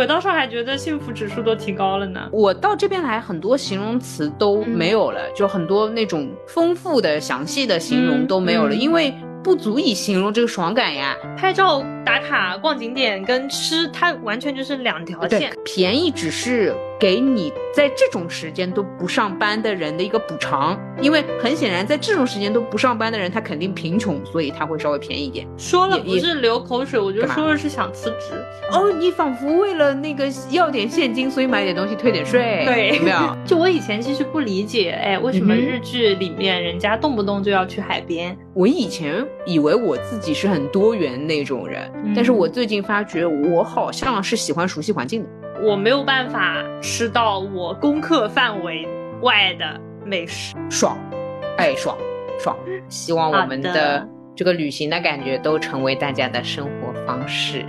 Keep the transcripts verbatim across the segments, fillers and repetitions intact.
回到上海觉得幸福指数都提高了呢。 我到这边来很多形容词都没有了、嗯、就很多那种丰富的详细的形容都没有了、嗯嗯、因为不足以形容这个爽感呀。 拍照打卡逛景点跟吃它完全就是两条线。 对，便宜只是给你在这种时间都不上班的人的一个补偿，因为很显然在这种时间都不上班的人他肯定贫穷，所以他会稍微便宜一点。 说了不是流口水，我觉得说的是想辞职。 哦，你仿佛为了那个要点现金，所以买点东西退点税。 对， 有没有？ 就我以前其实不理解，哎，为什么日剧里面人家动不动就要去海边、嗯、 我以前以为我自己是很多元那种人、嗯、但是我最近发觉我好像是喜欢熟悉环境的。 我没有办法吃到我功课范围外的美食， 爽，哎，爽爽！希望我们的这个旅行的感觉都成为大家的生活方式。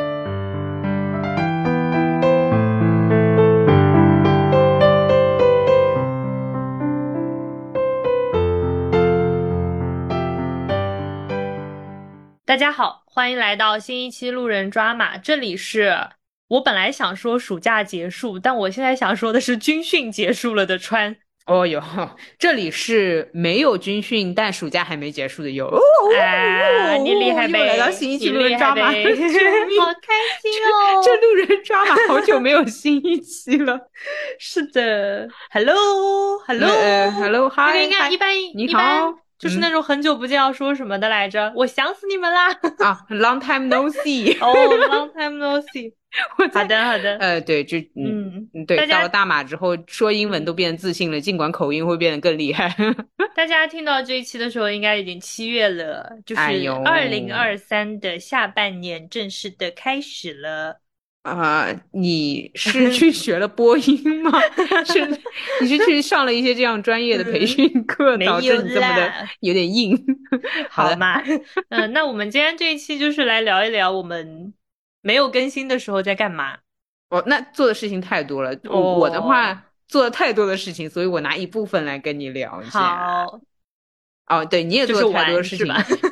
大家好，欢迎来到新一期路人抓马，这里是我本来想说暑假结束，但我现在想说的是军训结束了的川。 哦哟，这里是没有军训但暑假还没结束的哟。哦， 啊，你厉害呗！ 又来到新一期路人抓马，好开心哦！ 这路人抓马好久没有新一期了。 是的 ，Hello Hello、呃、 Hello Hi， 应该一般你好， 就是那种很久不见要说什么的来着、嗯、我想死你们啦啊 Long time no see 哦、oh, Long time no see 好的好的呃对就嗯对，到了大马之后说英文都变得自信了，尽管口音会变得更厉害大家听到这一期的时候应该已经七月了，就是二零二三的下半年正式的开始了啊、呃，你是去学了播音吗？是，你是去上了一些这样专业的培训课，导致你这么的有点硬。 好, 好嘛，嗯、呃，那我们今天这一期就是来聊一聊我们没有更新的时候在干嘛。 哦，那做的事情太多了。哦、我的话做了太多的事情，所以我拿一部分来跟你聊一下。 好。 哦，对，你也做了太多的事情。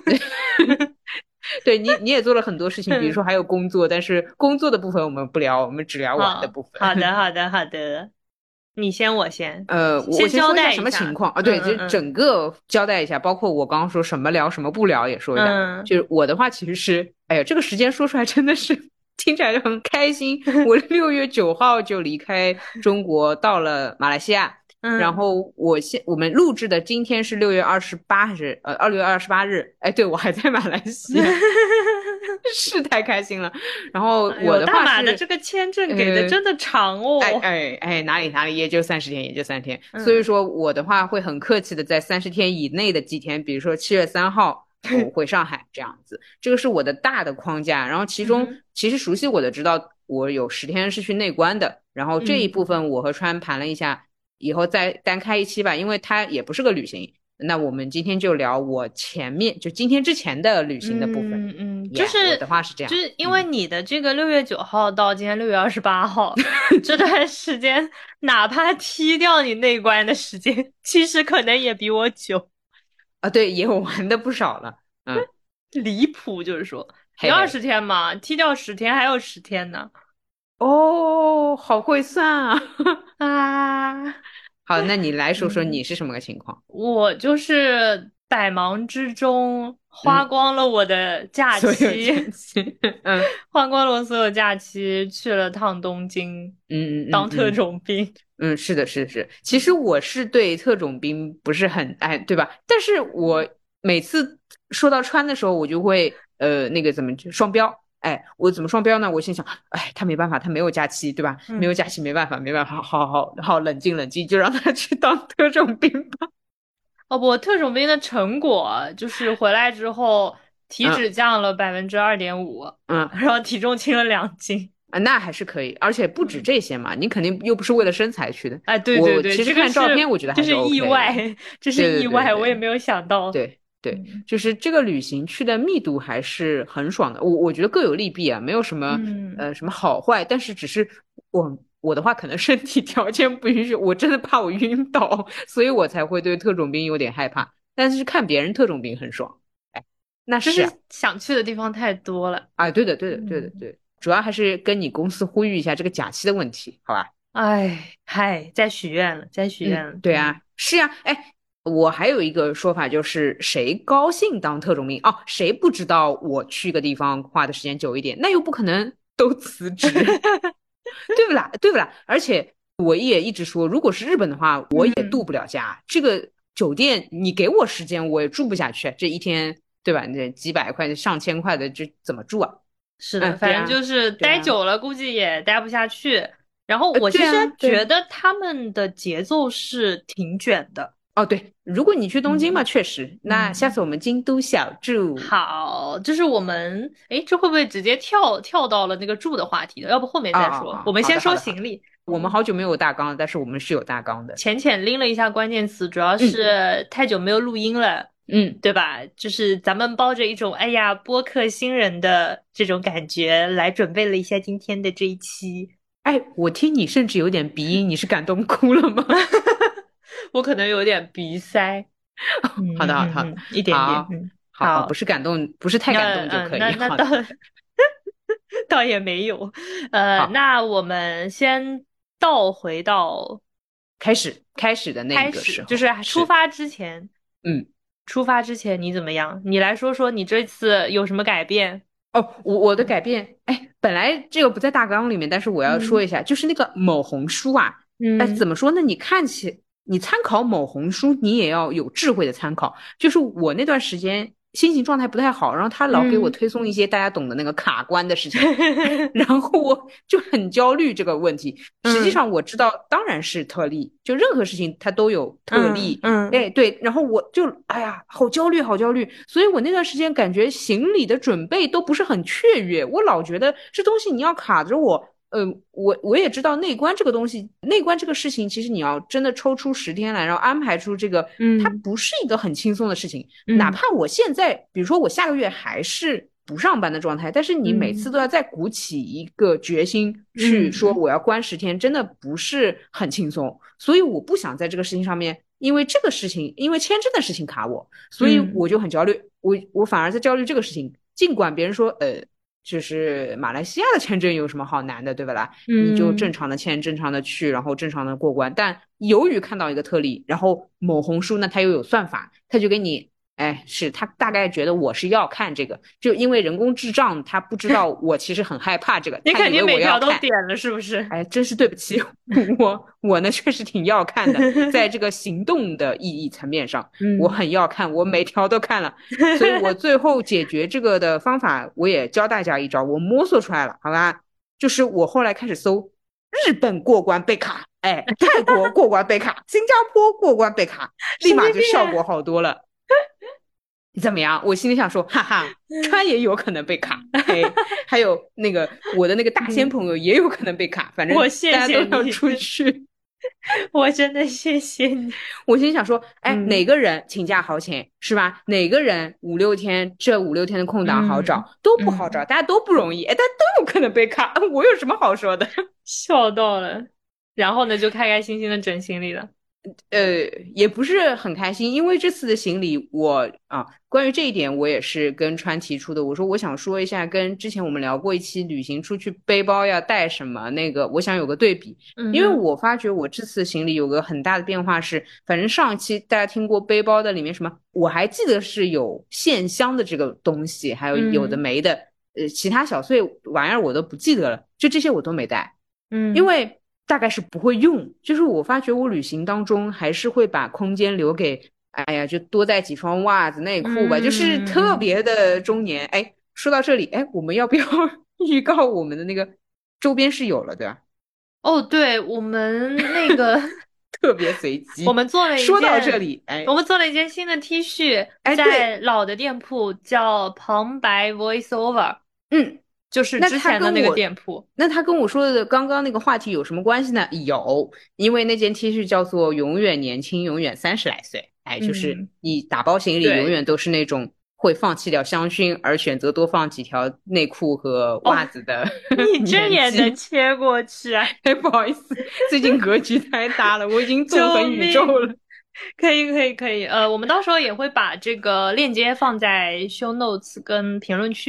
对你，你也做了很多事情，比如说还有工作，但是工作的部分我们不聊，我们只聊玩的部分。 好的，好的，好的。你先，我先。 呃，我先说一下什么情况啊？对， 嗯嗯嗯就整个交代一下，包括我刚刚说什么聊什么不聊也说一下。 嗯、 就是我的话其实是，哎呀，这个时间说出来真的是听起来就很开心。我六月九号就离开中国，到了马来西亚。 嗯、 然后我现我们录制的今天是六月二十八日，呃，二月二十八日。哎，对，我还在马来西亚，是太开心了。然后我的话是、哎、 大马的这个签证给的真的长哦。 呃、哎哎哎，哪里哪里，也就三十天，也就三天、 嗯。 所以说我的话会很客气的在三十天以内的几天，比如说七月三号我回上海这样子，这个是我的大的框架。然后其中、嗯、其实熟悉我的知道我有十天是去内关的，然后这一部分我和川盘了一下。嗯，以后再单开一期吧，因为它也不是个旅行。那我们今天就聊我前面就今天之前的旅行的部分。 嗯嗯， yeah, 就是我的话是这样， 就是因为你的这个六月九号到今天六月二十八号这段时间，哪怕踢掉你内关的时间，其实可能也比我久啊。对，也玩的不少了。嗯， 离谱，就是说你二十天嘛，踢掉十天还有十天呢。 哦，好会算啊！ 啊， 好，那你来说说你是什么个情况？ 嗯、我就是百忙之中花光了我的假期， 嗯、所有假期，嗯， 花光了我所有假期，去了趟东京， 嗯嗯， 当特种兵。 嗯，是的，是的，是。其实我是对特种兵不是很爱，对吧？但是我每次说到川的时候，我就会呃那个怎么双标。哎，我怎么双标呢？我心想，哎，他没办法，他没有假期，对吧？ 嗯、 没有假期，没办法，没办法，好好好，冷静冷静，就让他去当特种兵吧。 哦不，特种兵的成果就是回来之后体脂降了百分之二点五， 嗯， 然后体重轻了两斤。 啊，那还是可以，而且不止这些嘛，嗯、你肯定又不是为了身材去的。 哎，对对对， 我其实看照片，我觉得还是 OK 的，这是意外，这是意外， 对对对对， 我也没有想到。 对。对，就是这个旅行去的密度还是很爽的。我我觉得各有利弊啊，没有什么、 嗯、 呃什么好坏，但是只是我我的话可能身体条件不允许，我真的怕我晕倒，所以我才会对特种兵有点害怕。但是看别人特种兵很爽，哎，那是、啊、 就是想去的地方太多了。 啊，对的对的对的对的。 主要还是跟你公司呼吁一下这个假期的问题，好吧？ 哎嗨，在许愿了，在许愿了。 嗯，对啊，是啊，哎，我还有一个说法就是，谁高兴当特种兵哦？谁不知道我去一个地方花的时间久一点，那又不可能都辞职，对不啦？对不啦？而且我也一直说，如果是日本的话，我也度不了假。嗯、这个酒店你给我时间，我也住不下去，这一天对吧？这几百块、上千块的，这怎么住啊？ 是的， 嗯、 反正就是待久了，估计也待不下去。然后我其实觉得他们的节奏是挺卷的。 哦，对，如果你去东京嘛， 嗯、 确实。那下次我们京都小住。 好，就是我们，诶，这会不会直接跳跳到了那个住的话题？要不后面再说。 哦哦、 我们先说行行李。 我们好久没有大纲了，但是我们是有大纲的。 浅浅拎了一下关键词，主要是太久没有录音了， 嗯， 对吧？就是咱们抱着一种哎呀播客新人的这种感觉来准备了一下今天的这一期。 哎，我听你甚至有点鼻音，你是感动哭了吗？ 我可能有点鼻塞。 嗯、好的，好的，好的， 一点点，嗯， 好，不是感动，不是太感动就可以。 那那倒倒也没有。呃，那我们先倒回到开始开始的那个时候， 就是出发之前。 嗯， 出发之前你怎么样？你来说说你这次有什么改变？ 哦，我我的改变，哎，本来这个不在大纲里面，但是我要说一下，嗯、就是那个某红书啊， 嗯， 哎，怎么说呢？你看起你参考某红书，你也要有智慧的参考。就是我那段时间心情状态不太好，然后他老给我推送一些大家懂的那个卡关的事情，嗯、然后我就很焦虑这个问题。实际上我知道，当然是特例，就任何事情它都有特例。 嗯， 哎，对，然后我就哎呀，好焦虑，好焦虑。所以我那段时间感觉行李的准备都不是很雀跃，我老觉得这东西你要卡着我。呃，我我也知道内观这个东西，内观这个事情，其实你要真的抽出十天来，然后安排出这个，嗯，它不是一个很轻松的事情。嗯、哪怕我现在，比如说我下个月还是不上班的状态，但是你每次都要再鼓起一个决心去说我要关十天，嗯、真的不是很轻松。所以我不想在这个事情上面，因为这个事情，因为签证的事情卡我，所以我就很焦虑。嗯、我我反而在焦虑这个事情，尽管别人说，呃。就是马来西亚的签证有什么好难的，对吧啦？嗯，你就正常的签，正常的去，然后正常的过关。但由于看到一个特例，然后某红书呢，它又有算法，它就给你，哎，是他大概觉得我是要看这个，就因为人工智障，他不知道我其实很害怕这个， 你肯定每条都点了，是不是？ 哎，真是对不起，我我呢确实挺要看的，在这个行动的意义层面上，嗯、我很要看，我每条都看了，所以我最后解决这个的方法，我也教大家一招，我摸索出来了，好吧？就是我后来开始搜日本过关被卡，哎，泰国过关被卡，新加坡过关被卡，立马就效果好多了。怎么样？我心里想说，哈哈，川也有可能被卡，嘿，还有那个我的那个大仙朋友也有可能被卡，反正大家都要出去。 我真的谢谢你。 我心里想说，哎，嗯、哪个人请假好请是吧？哪个人五六天这五六天的空档好找、嗯、都不好找，嗯、大家都不容易，哎，但都有可能被卡，我有什么好说的？ 笑到了。然后呢，就开开心心的整行李了。 呃，也不是很开心，因为这次的行李我啊，关于这一点我也是跟川提出的。我说我想说一下，跟之前我们聊过一期旅行出去背包要带什么，那个我想有个对比，嗯、因为我发觉我这次行李有个很大的变化是，反正上一期大家听过背包的里面什么，我还记得是有线香的这个东西，还有有的没的，嗯、呃，其他小碎玩意儿我都不记得了，就这些我都没带，嗯，因为。大概是不会用，就是我发觉我旅行当中还是会把空间留给，哎呀，就多带几双袜子、内裤吧，嗯、就是特别的中年。哎，说到这里，哎，我们要不要预告我们的那个周边是有了，对吧？ 哦，对，我们那个特别随机， 我们做了一件。 说到这里，哎， 我们做了一件新的 T 恤，哎、在老的店铺叫旁白 Voiceover， 嗯。 就是之前的那个店铺。 那他跟我说的刚刚那个话题有什么关系呢？有，因为那件 T 恤叫做永远年轻，永远三十来岁。哎，就是你打包行李永远都是那种会放弃掉香薰而选择多放几条内裤和袜子的、哦、 你这也能切过去啊？ 哎，不好意思，最近格局太大了，我已经纵横宇宙了。 可以可以可以，呃，我们到时候也会把这个链接放在 show notes 跟评论区，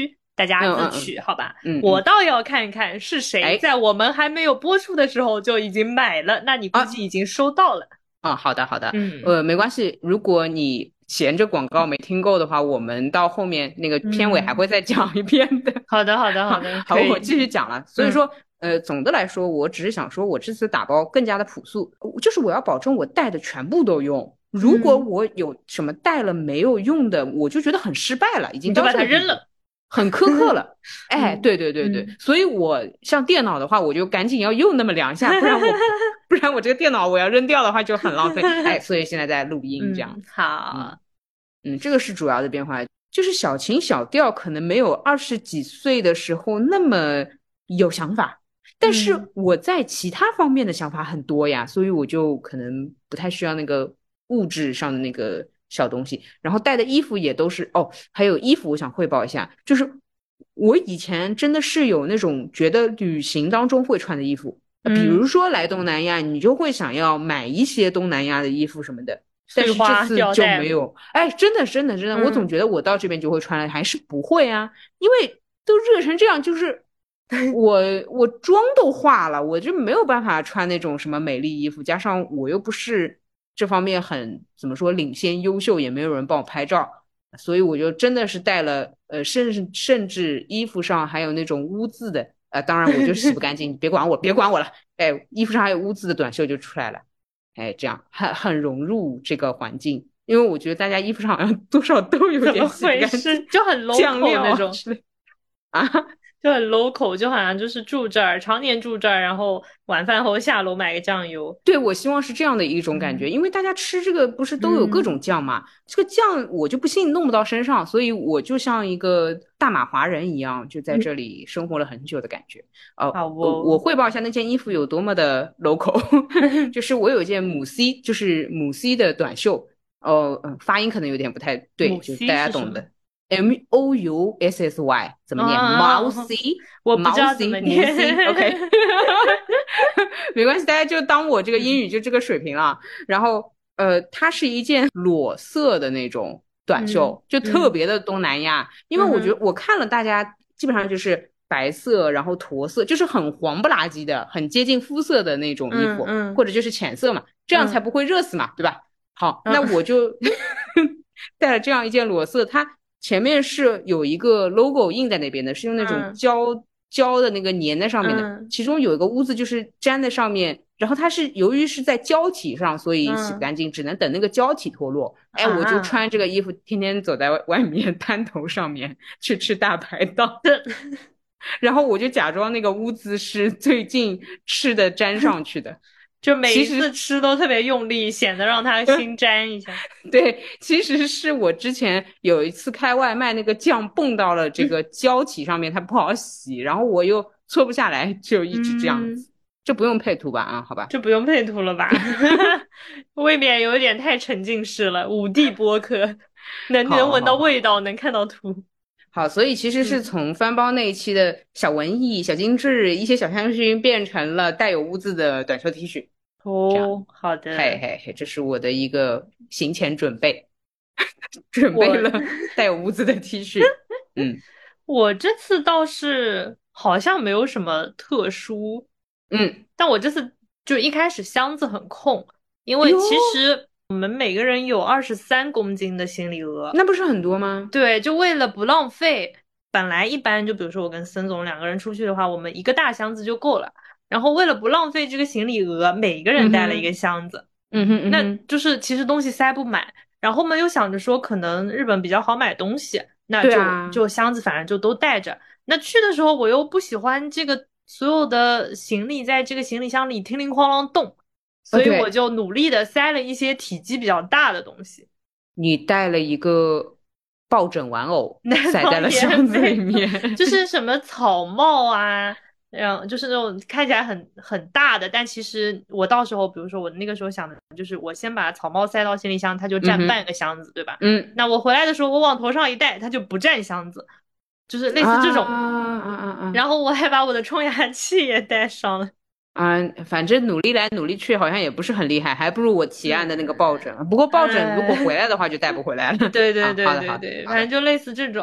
大家嗯嗯自取，好吧？ 嗯嗯我倒要看看是哎谁在我们还没有播出的时候就已经买了，那你估计已经收到了。 啊，好的好的， 嗯呃，没关系，如果你闲着广告没听够的话，我们到后面那个片尾还嗯， 会再讲一遍的。 好的，好的，好的， 好， 可以。 我继续讲了。所以说，呃，总的来说，我只是想说，我这次打包更加的朴素，就是我要保证我带的全部都用。如果嗯我有什么带了没有用的，我就觉得很失败了，已经你就把到这个地步它扔了。 很苛刻了。哎， 嗯对对对对， 嗯所以我像电脑的话，我就赶紧要用那么两下，不然我不然我这个电脑我要扔掉的话就很浪费。哎，所以现在在录音这样。 嗯，好。 嗯嗯，这个是主要的变化，就是小情小调可能没有二十几岁的时候那么有想法，但是嗯我在其他方面的想法很多呀，所以我就可能不太需要那个物质上的那个小东西。然后带的衣服也都是哦，还有衣服我想汇报一下，就是我以前真的是有那种觉得旅行当中会穿的衣服， 嗯比如说来东南亚，你就会想要买一些东南亚的衣服什么的。但是这次就没有，哎，真的，真的，真的， 嗯我总觉得我到这边就会穿了，还是不会啊，因为都热成这样，就是我我妆都化了，我就没有办法穿那种什么美丽衣服，加上我又不是这方面很怎么说领先优秀，也没有人帮我拍照，所以我就真的是带了，呃，甚至甚至衣服上还有那种污渍的，呃，当然我就洗不干净，你别管我，别管我了，哎，衣服上还有污渍的短袖就出来了。哎，这样很很融入这个环境，因为我觉得大家衣服上好像多少都有点怎么回事？就很 local local 那种啊， 就很 local，就好像就是住这儿，常年住这儿，然后晚饭后下楼买个酱油。 对，我希望是这样的一种感觉， 嗯、 因为大家吃这个不是都有各种酱嘛，嗯、这个酱我就不信弄不到身上，所以我就像一个大马华人一样，就在这里生活了很久的感觉。哦， 好哦我我汇报一下那件衣服有多么的 local， 就是我有一件母 C， 就是母 C 的短袖，哦，嗯，发音可能有点不太对，就大家懂的。M O U S S Y 怎么念？毛 C， 我不知道怎么念。 OK， 没关系，大家就当我这个英语就这个水平了。然后，呃，它是一件裸色的那种短袖， 嗯、 就特别的东南亚。嗯、因为我觉得我看了大家基本上就是白色，然后驼色，就是很黄不拉几的，很接近肤色的那种衣服， 嗯嗯、 或者就是浅色嘛，这样才不会热死嘛，嗯、对吧？好，那我就带了这样一件裸色，它。前面是有一个 logo 印在那边的，是用那种胶、嗯、胶的那个粘在上面的、嗯、其中有一个污渍就是粘在上面，然后它是由于是在胶体上，所以洗不干净、嗯、只能等那个胶体脱落。哎、啊，我就穿这个衣服天天走在外面滩头上面去吃大排档然后我就假装那个污渍是最近吃的粘上去的就每一次吃都特别用力，显得让它新沾一下。 对，其实是我之前有一次开外卖，那个酱蹦到了这个胶体上面，它不好洗，然后我又搓不下来，就一直这样子。嗯、这不用配图吧？啊，好吧， 这不用配图了吧？未免有点太沉浸式了，五 D 播客，能能闻到味道，能看到图。 好，所以其实是从翻包那一期的小文艺、小精致、一些小香薰，变成了带有污渍的短袖 T 恤。 哦，好的， 嘿嘿嘿，这是我的一个行前准备，准备了带有污渍的 T 恤。嗯， 我这次倒是好像没有什么特殊， 嗯， 但我这次就一开始箱子很空，因为其实我们每个人有二十三公斤的行李额， 那不是很多吗？ 对，就为了不浪费，本来一般就比如说我跟森总两个人出去的话，我们一个大箱子就够了。然后为了不浪费这个行李额，每个人带了一个箱子， 嗯哼，嗯哼， 那就是其实东西塞不满。然后我们又想着说，可能日本比较好买东西，那就、啊、就箱子反正就都带着。那去的时候我又不喜欢这个所有的行李在这个行李箱里叮铃哐啷动，所以我就努力的塞了一些体积比较大的东西。 你带了一个抱枕玩偶塞在了箱子里面， 就是什么草帽啊。嗯，就是那种看起来很很大的，但其实我到时候，比如说我那个时候想的就是我先把草帽塞到行李箱，它就占半个箱子，嗯、对吧？ 嗯， 那我回来的时候，我往头上一戴，它就不占箱子，就是类似这种。 啊啊啊啊！ 然后我还把我的冲牙器也带上了。 嗯，反正努力来努力去，好像也不是很厉害，还不如我提案的那个抱枕。不过抱枕如果回来的话，就带不回来了。 对对对对对对，反正就类似这种。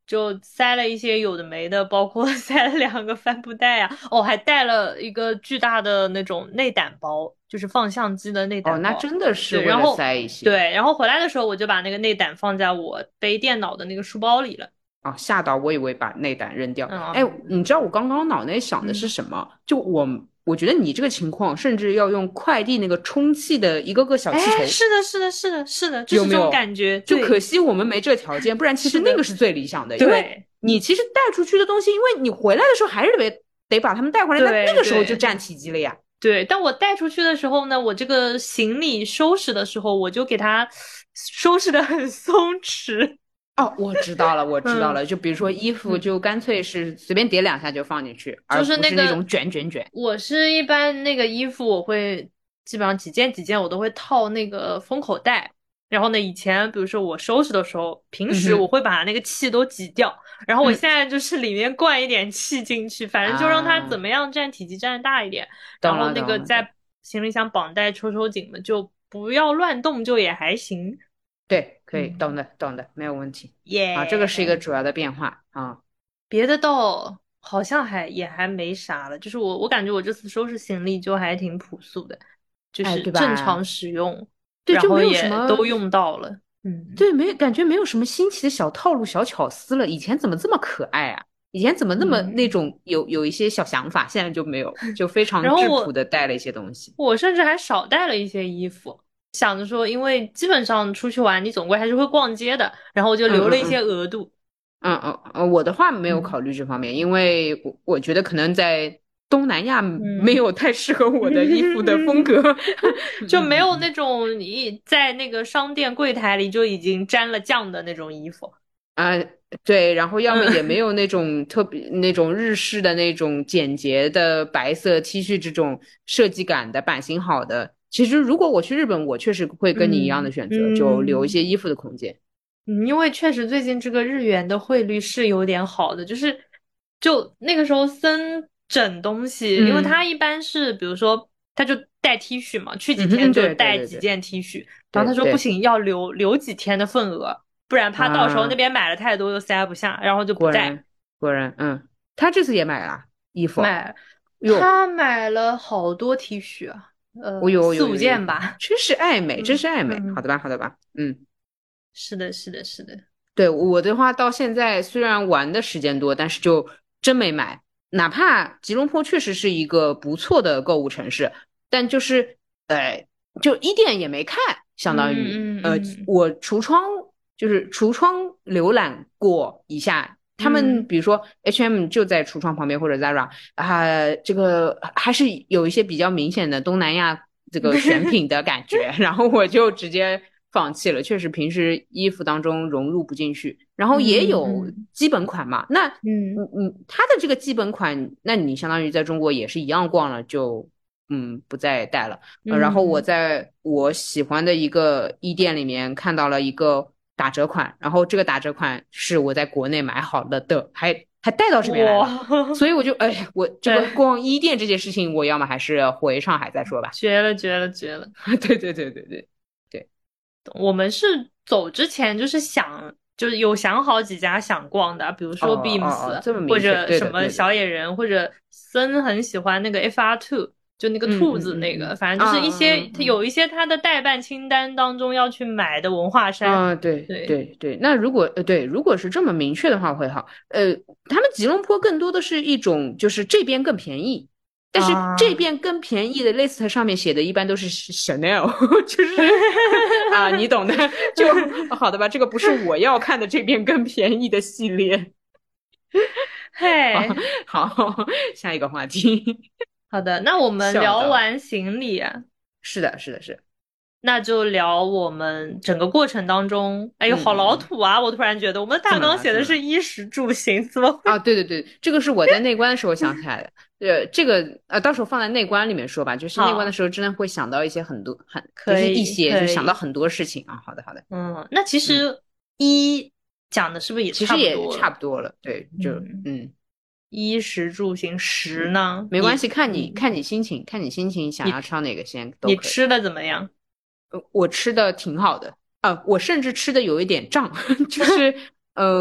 就塞了一些有的没的，包括塞了两个帆布袋啊，哦，还带了一个巨大的那种内胆包，就是放相机的内哦， 胆包。 那真的是对， 为了然后塞一些。 对，然后回来的时候我就把那个内胆放在我背电脑的那个书包里了。 啊，吓到我以为把内胆扔掉。哎， 嗯你知道我刚刚脑内想的是嗯， 什么？就我我觉得你这个情况，甚至要用快递那个充气的一个个小气哎， 球， 是的，是的，是的，是的，就是这种有没有？ 感觉。 就可对， 惜我们没这个条件，不然其实是的， 那个是最理想的。因为对你其实带出去的东西，因为你回来的时候还是得得把它们带回来，那那个时候就对对占体积了呀。 对。但我带出去的时候呢，我这个行李收拾的时候，我就给它收拾的很松弛。 哦，我知道了，我知道嗯了。就比如说衣服， 嗯， 就干脆是随便叠两下就放进去，而就是那个， 不是那种卷卷卷。 我是一般那个衣服我会基本上几件几件我都会套那个封口袋。然后呢，以前比如说我收拾的时候，平嗯哼， 时我会把那个气都挤掉，然后我嗯现在就是里面灌一点气进去，反正就让它怎啊， 么样占体积占大一点。然后懂了，懂了，懂了。 那个在行李箱绑带抽抽紧的，就不要乱动，就也还行。 对，可以，懂嗯， 的，懂的，没有问题。啊，这个是一个耶。 主要的变化啊。 别的倒好像还也还没啥了，就是我我感觉我这次收拾行李就还挺朴素的，就哎， 是对吧？ 正常使用， 对， 然后就没有什么， 也都用到了。嗯对，没感觉没有什么新奇的小套路、小巧思了。以前怎么这么可爱啊？以前怎么那么那嗯， 种有有一些小想法，现在就没有，就非常质朴然后我的带了一些东西。 我甚至还少带了一些衣服，想着说，因为基本上出去玩，你总归还是会逛街的，然后我就留了一些嗯嗯嗯。 额度。 嗯嗯嗯，我的话没有嗯考虑这方面，因为我我觉得可能在东南亚没嗯。 有太适合我的衣服的风格。嗯就没嗯嗯有那种一在那个商店柜台里就已经沾了酱的那种衣服。 啊，对，然后要么也没嗯有那种特别那种日式的那种简洁的白色 T 恤这种设计感的版型好的。其实如果我去日本，我确实会跟你一样的嗯选择，就留一嗯些衣服的空间。 嗯，因为确实最近这个日元的汇率是有点好的，就是就那个时候森整东西，因为嗯他一般是比如说他就带 T 恤嘛，去几嗯哼， 天就对对对对带几件 T 恤，然后他说不对对行，要留留几天的份额，不然怕到时候那啊， 边买了太多又塞不下，然后就不带。 果然果然，嗯，他这次也买了衣服。 买， 哟， 他买了好多 T 恤啊， 我呃，四五有有有有， 件吧。 真是爱美，真嗯是爱美。好嗯， 的吧，好的吧，嗯， 是的，是的，是的。 对我的话，到现在虽然玩的时间多，但是就真没买。哪怕吉隆坡确实是一个不错的购物城市，但就是呃，就一店也没看，相当于呃， 嗯嗯我橱窗就是橱窗浏览过一下。他们嗯比如说 H M 就在橱窗旁边，或者 Zara 啊、这个还是有一些比较明显的东南亚这个选嗯品的感觉，然后我就直接放弃了。确实平时衣服当中融入不进去，然后也嗯有嗯基本款嘛。那嗯嗯嗯，它的这个基本款，那你相当于在中国也是一样逛了，就嗯不再带了。呃，然后我嗯， 在我喜欢的一个衣店里面看到了一个打折款，然后这个打折款是我在国内买好了的，还还带到这边来了。 哇， 所以我就哎，我这个哎， 逛衣店这件事情，我要么还是回上海再说吧。 绝了，绝了，绝了！ 对对对对对对。 我们是走之前就是想，就是有想好几家想逛的，比如哦说哦哦， Beams 这么明确， 或者对什么的对的。 小野人，或者森很喜欢那个 F R Two，就那个嗯兔嗯嗯嗯， 子那个，反正就是一啊些嗯嗯它有一些它的代办清单当中要去买的文化衫。 啊，对对对对。那如果呃对，如果是这么明确的话会好。呃，他们吉隆坡更多的是一种就是这边更便宜，但是这啊， 边更便宜的 list 上面写的一般都是 Chanel，就是啊，你懂的。就好的吧，这个不是我要看的这边更便宜的系列。 嘿， 好好，下一个话题。 好的，那我们笑到， 聊完行李啊， 是的，是的，是的。 那就聊我们整个过程当中。哎呦，好嗯嗯嗯， 老土啊！我突然觉得我们大怎么了？ 纲写的是怎么了？ 衣食住行，怎么会？ 啊，对对对，这个是我在内观的时候想起来的。呃，这个呃，到时候放在内观里面说吧。就是内观的好， 时候，真的会想到一些很多很，就是一可以， 些，就可以。 想到很多事情啊。好的，好的。 嗯，那其嗯， 实一讲的是不是也其实差不也差多了？ 不多了。对，就嗯， 嗯衣食住行，食嗯， 呢？你没关系，看你你看你心情，看你心情想你要挑哪个先都可以。 你吃的怎么样？ 呃我吃的挺好的啊，我甚至吃的有一点胀，就是呃，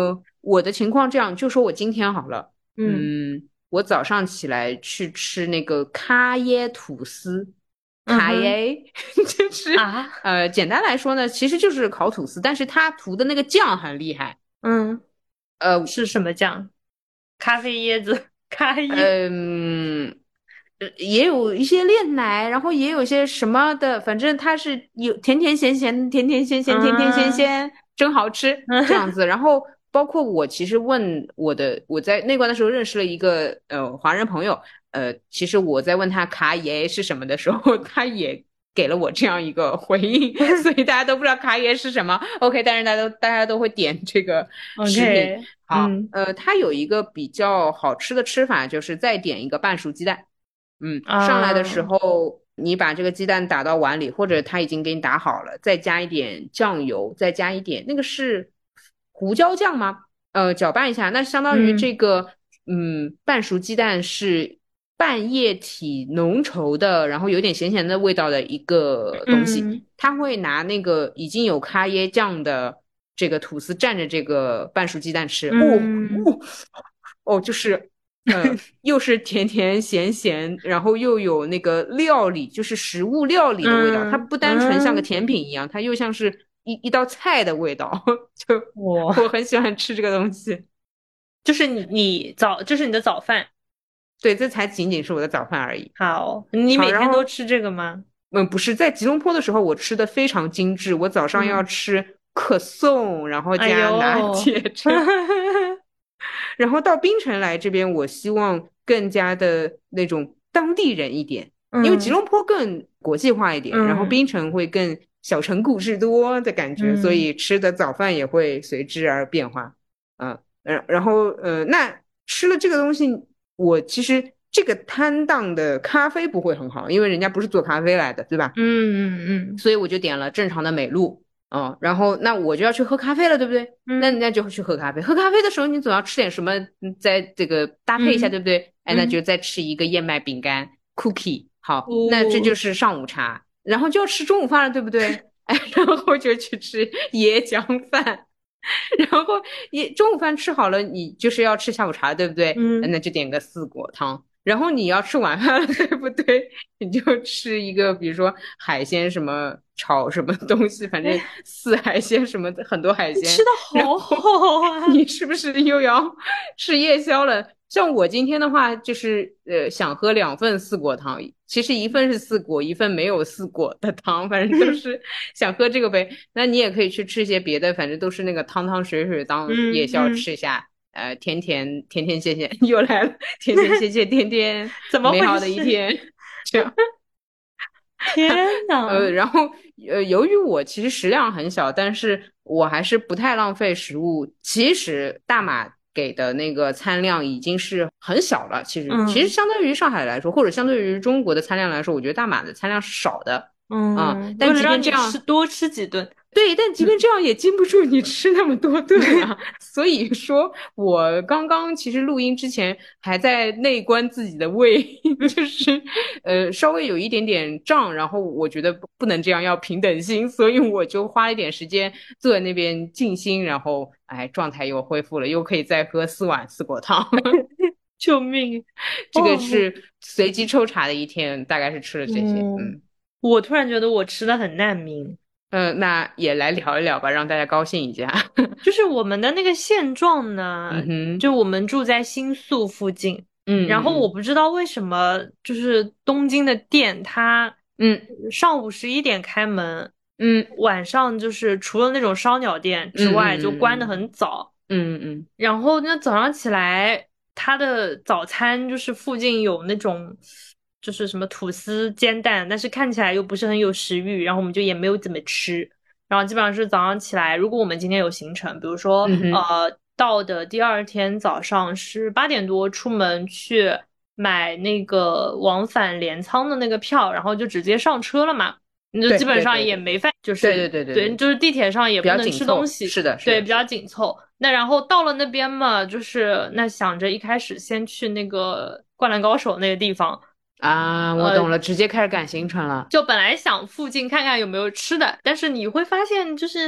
我的情况这样，就说我今天好了， 嗯嗯，我早上起来去吃那个咖椰吐司，咖嗯哼椰就是啊呃，简单来说呢，其实就是烤吐司，但是它涂的那个酱很厉害， 嗯， 呃是什么酱？咖啡椰子，咖椰。 嗯。呃也有一些炼奶，然后也有些什么的，反正它是有甜甜咸咸，甜甜咸咸，甜甜咸嗯咸，真好吃这样嗯子。然后包括我其实问我的，我在内关的时候认识了一个呃华人朋友，呃，其实我在问他卡爷是什么的时候，他也给了我这样一个回应，所以大家都不知道卡爷是什么。OK，但是大家都大家都会点这个食品。 ，OK， 好， 嗯呃，它有一个比较好吃的吃法，就是再点一个半熟鸡蛋。嗯，上来的时啊候，你把这个鸡蛋打到碗里，或者他已经给你打好了，再加一点酱油，再加一点那个是胡椒酱吗？呃，搅拌一下，那相当于嗯这个，嗯，半熟鸡蛋是半液体浓稠的，然后有点咸咸的味道的一个东西。 嗯他会拿那个已经有咖椰酱的这个吐司蘸着这个半熟鸡蛋吃，哦嗯哦哦，就是呃，又是甜甜咸咸，然后又有那个料理，就是食物料理的味道。它嗯不单纯像个嗯， 甜品一样，它又像是一一道菜的味道。就我我很喜欢吃这个东西。 就是你你早，这是你的早饭。 对，这才仅仅是我的早饭而已。 好，你好， 每然后天都吃这个吗？ 嗯，不是在吉隆坡的时候，我吃的非常精致。我早上要嗯， 吃可颂，然后哎加拿呦， 铁这样。然后到槟城来这边，我希望更加的那种当地人一点，因为吉嗯隆坡更国际化一点，然后嗯槟城会更小城故事多的感觉，所嗯以吃的早饭也会随之而变化。啊，然然后呃，那吃了这个东西，我其实这个摊档的咖啡不会很好，因为人家不是做咖啡来的，对吧？ 嗯嗯所以我就点了正常的美露。哦，然后那我就要去喝咖啡了，对不对？那嗯人家就去喝咖啡。喝咖啡的时候，你总要吃点什么，嗯在这个搭配一下， 嗯对不对？哎，那就嗯， 再吃一个燕麦饼干 cookie。好，那这就哦， 是上午茶，然后就要吃中午饭了，对不对？哎，然后就去吃椰浆饭，然后也中午饭吃好了，你就是要吃下午茶，对不对？ 嗯那就点个四果汤。然后你要吃晚饭了，对不对？你就吃一个，比如说海鲜什么炒什么东西，反正四海鲜什么的，很多海鲜。 你吃的然好后好啊。 你是不是又要吃夜宵了？像我今天的话，就是呃想喝两份四果汤，其实一份是四果，一份没有四果的汤，反正都是想喝这个呗。那你也可以去吃一些别的，反正都是那个汤汤水水当夜宵嗯嗯， 吃一下。呃，甜甜甜甜咸咸又来了，甜甜咸咸甜甜， 怎么美好的一回事？ 天，这样。 天呃， 呐， 然后呃，由于我其实食量很小，但是我还是不太浪费食物。其实大马给的那个餐量已经是很小了，其实其实嗯相对于上海来说，或者相对于中国的餐量来说，我觉得大马的餐量是少的。啊、 嗯，为但即了让你便这样， 吃多吃几顿。 对，但即便这样也禁不住你吃那么多顿啊。所以说我刚刚其实录音之前还在内观自己的胃，就是呃稍微有一点点胀，然后我觉得不不能这样，要平等心，所以我就花了一点时间坐在那边静心，然后哎状态又恢复了，又可以再喝四碗四果汤。 救命！ 这个哦， 是随机抽查的一天，大概是吃了这些， 嗯， 嗯。 我突然觉得我吃的很难民。 嗯、呃那也来聊一聊吧，让大家高兴一下。 就是我们的那个现状呢， 嗯哼， 就我们住在新宿附近，然后我嗯嗯不知道为什么，就是东京的店它嗯上午十一点开门， 嗯晚上就是除了那种烧鸟店之外就关得嗯很早。 嗯嗯然后那早上起来，它的早餐就是附近有那种，就是什么吐司煎蛋，但是看起来又不是很有食欲，然后我们就也没有怎么吃。然后基本上是早上起来，如果我们今天有行程，比如说嗯哼， 呃到的第二天早上是八点多出门去买那个往返镰仓的那个票，然后就直接上车了嘛。你就对基本上对对对也没饭，就是对对对对对， 对， 就是地铁上也比较不能紧凑， 吃东西， 是的，是对， 的， 比较是的。 紧凑。那然后到了那边嘛，就是那想着一开始先去那个《灌篮高手》那个地方， 啊，我呃， 懂了，直接开始赶行程了。 就本来想附近看看有没有吃的，但是你会发现就是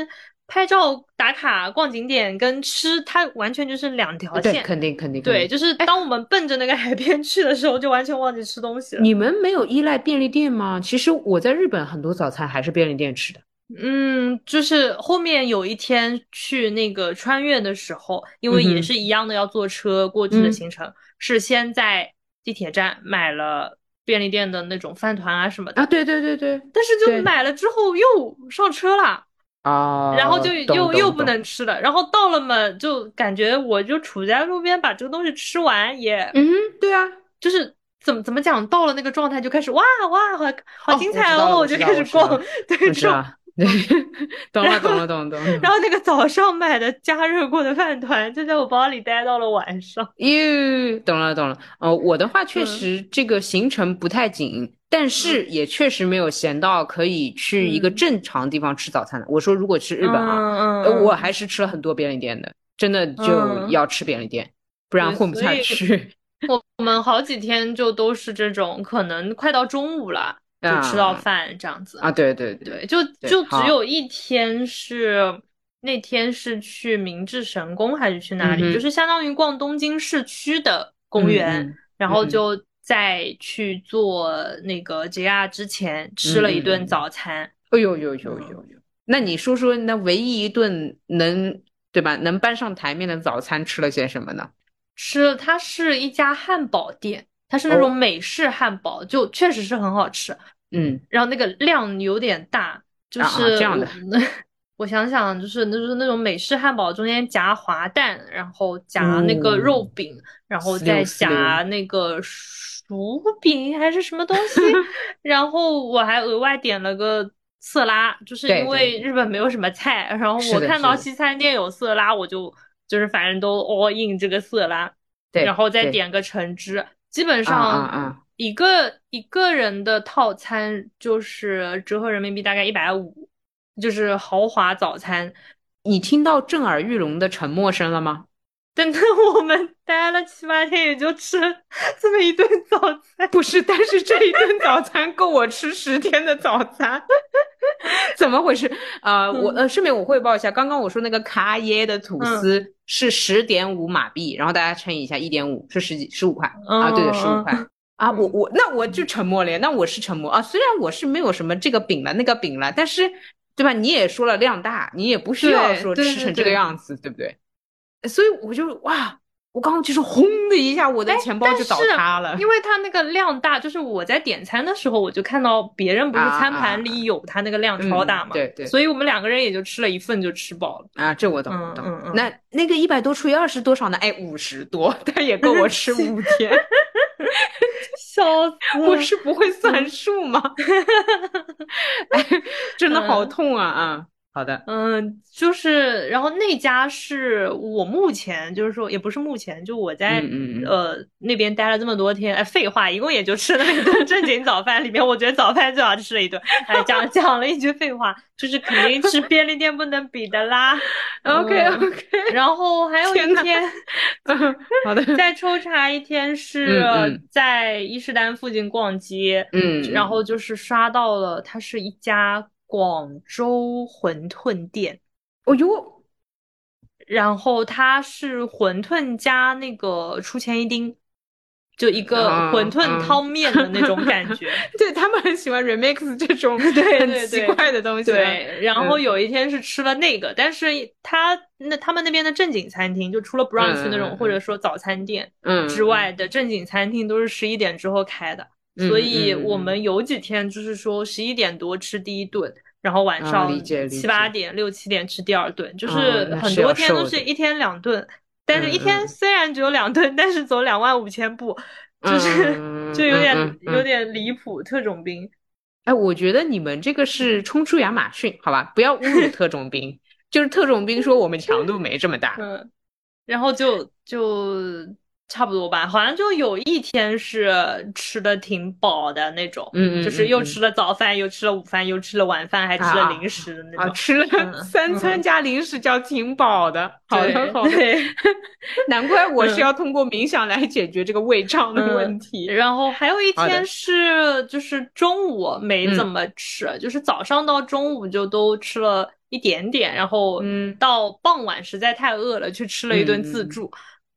拍照打卡逛景点跟吃，它完全就是两条对， 线。 肯定肯定。 对，就是当我们奔着那个海边去的时候，就完全忘记吃东西了。 你们没有依赖便利店吗？其实我在日本很多早餐还是便利店吃的。 嗯，就是后面有一天去那个穿越的时候，因为也是一样的要坐车过去的行程， 嗯、 是先在地铁站买了便利店的那种饭团啊什么的啊，对对对对， 但是就买了之后又上车了。 啊， 然后就又又不懂懂懂能吃了，然后到了嘛，就感觉我就处在路边把这个东西吃完也， 嗯，对啊， 就是怎么怎么讲，到了那个状态就开始哇哇，好好精彩哦， 我就开始逛，对，就对，懂了懂了懂了懂了。 然后那个早上买的加热过的饭团就在我包里待到了晚上。 哟，懂了懂了。呃，我的话确嗯实这个行程不太紧，但是也确实没有闲到可以去一个嗯正常地方吃早餐的。我说如果去日本啊， 嗯呃，我嗯还是吃了很多便利店的，真的就嗯， 要吃便利店，不然对， 混不下所以去。 我我们好几天就都是这种，可能快到中午了就吃到啊饭这样子。 啊，对对对对，就对， 就只好， 有一天是那天是去明治神宫还是去哪里？就嗯哼， 是相当于逛东京市区的公园， 嗯嗯然后嗯就在去坐那个 J R 之前吃嗯了一顿嗯嗯， 早餐。 哎呦呦呦呦嗯， 呦，那你说说，那唯一一顿能对吧，能搬上台面的早餐吃了些什么呢？ 吃了，它是一家汉堡店，它是那种哦， 美式汉堡，就确实是很好吃。 嗯然后那个量有点大，就啊啊，这是我样的。 我想想，就是那就是那种美式汉堡中间夹滑蛋，然后夹那个肉哦， 饼，然后四六再四六， 夹那个薯饼还是什么东西，然后我还额外点了个色拉，就是因对对对， 为日本没有什么菜，然后是的， 我看到是的， 西餐店有色拉，我就就是反正都 all in 这个色拉，然对后再对， 点个橙汁。基本啊啊上啊， 一个一个人的套餐就是折合人民币大概一百五，就是豪华早餐。 你听到震耳欲聋的沉默声了吗？ 但是我们待了七八天，也就吃了这么一顿早餐。 不是，但是这一顿早餐够我吃十天的早餐，怎么回事？呃，我嗯呃，顺便我汇报一下，刚刚我说那个卡耶的吐嗯司是十点五马币，然后大家乘以一下，一点五是十几十五块啊，对的，十五嗯块。啊，我我那我就沉默了呀，那我是沉默啊。虽然我是没有什么这个饼了那个饼了，但是对吧？你也说了量大，你也不需要对对说吃成这个对对。 样子，对不对？所以我就哇，我刚刚就是轰的一下，我的钱包就倒塌了。 因为它那个量大，就是我在点餐的时候，我就看到别人不是餐盘里有它那个量超大嘛， 对对， 所以我们两个人也就吃了一份就吃饱了。 啊，这我懂懂。 嗯嗯嗯， 那那个一百多除以二是多少呢？哎，五十多，但也够我吃五天。 笑死了！ 我是不会算数吗？哎，真的好痛啊啊！好的， 嗯，就是，然后那家是我目前就是说，也不是目前，就我在嗯嗯嗯， 呃那边待了这么多天，哎，废话，一共也就吃了那顿正经早饭，里面我觉得早饭最好吃的一顿，哎，讲讲了一句废话，就是肯定吃便利店不能比的啦。 OK 嗯 OK， 然后还有一天， 好的， 再抽查一天是嗯嗯在伊势丹附近逛街， 嗯然后嗯， 就是刷到了，它是一家广州馄饨店， 哦呦， 然后它是馄饨加那个出前一丁，就一个馄饨汤面的那种感觉。 对他们很喜欢 remix 这种对很对对奇怪的东西。 对，然后有一天是吃了那个，但是他那他们那边的正经餐厅，就除了 brunch 那种、或者说早餐店之外的正经餐厅，都是十一点之后开的。所以我们有几天就是说十一点多吃第一顿，然后晚上七八点、六七点吃第二顿，就是很多天都是一天两顿。但是一天虽然只有两顿，但是走两万五千步，就是就有点有点离谱。特种兵， 哎，我觉得你们这个是冲出亚马逊，好吧？不要侮辱特种兵，就是特种兵说我们强度没这么大。 嗯，然后就就。差不多吧，好像就有一天是吃的挺饱的那种， 嗯嗯， 就是又吃了早饭，又吃了午饭，又吃了晚饭，还吃了零食的那种， 啊，吃了三餐加零食叫挺饱的。好的好的，难怪我是要通过冥想来解决这个胃胀的问题。 然后还有一天是就是中午没怎么吃，就是早上到中午就都吃了一点点，然后嗯到傍晚实在太饿了，去吃了一顿自嗯助。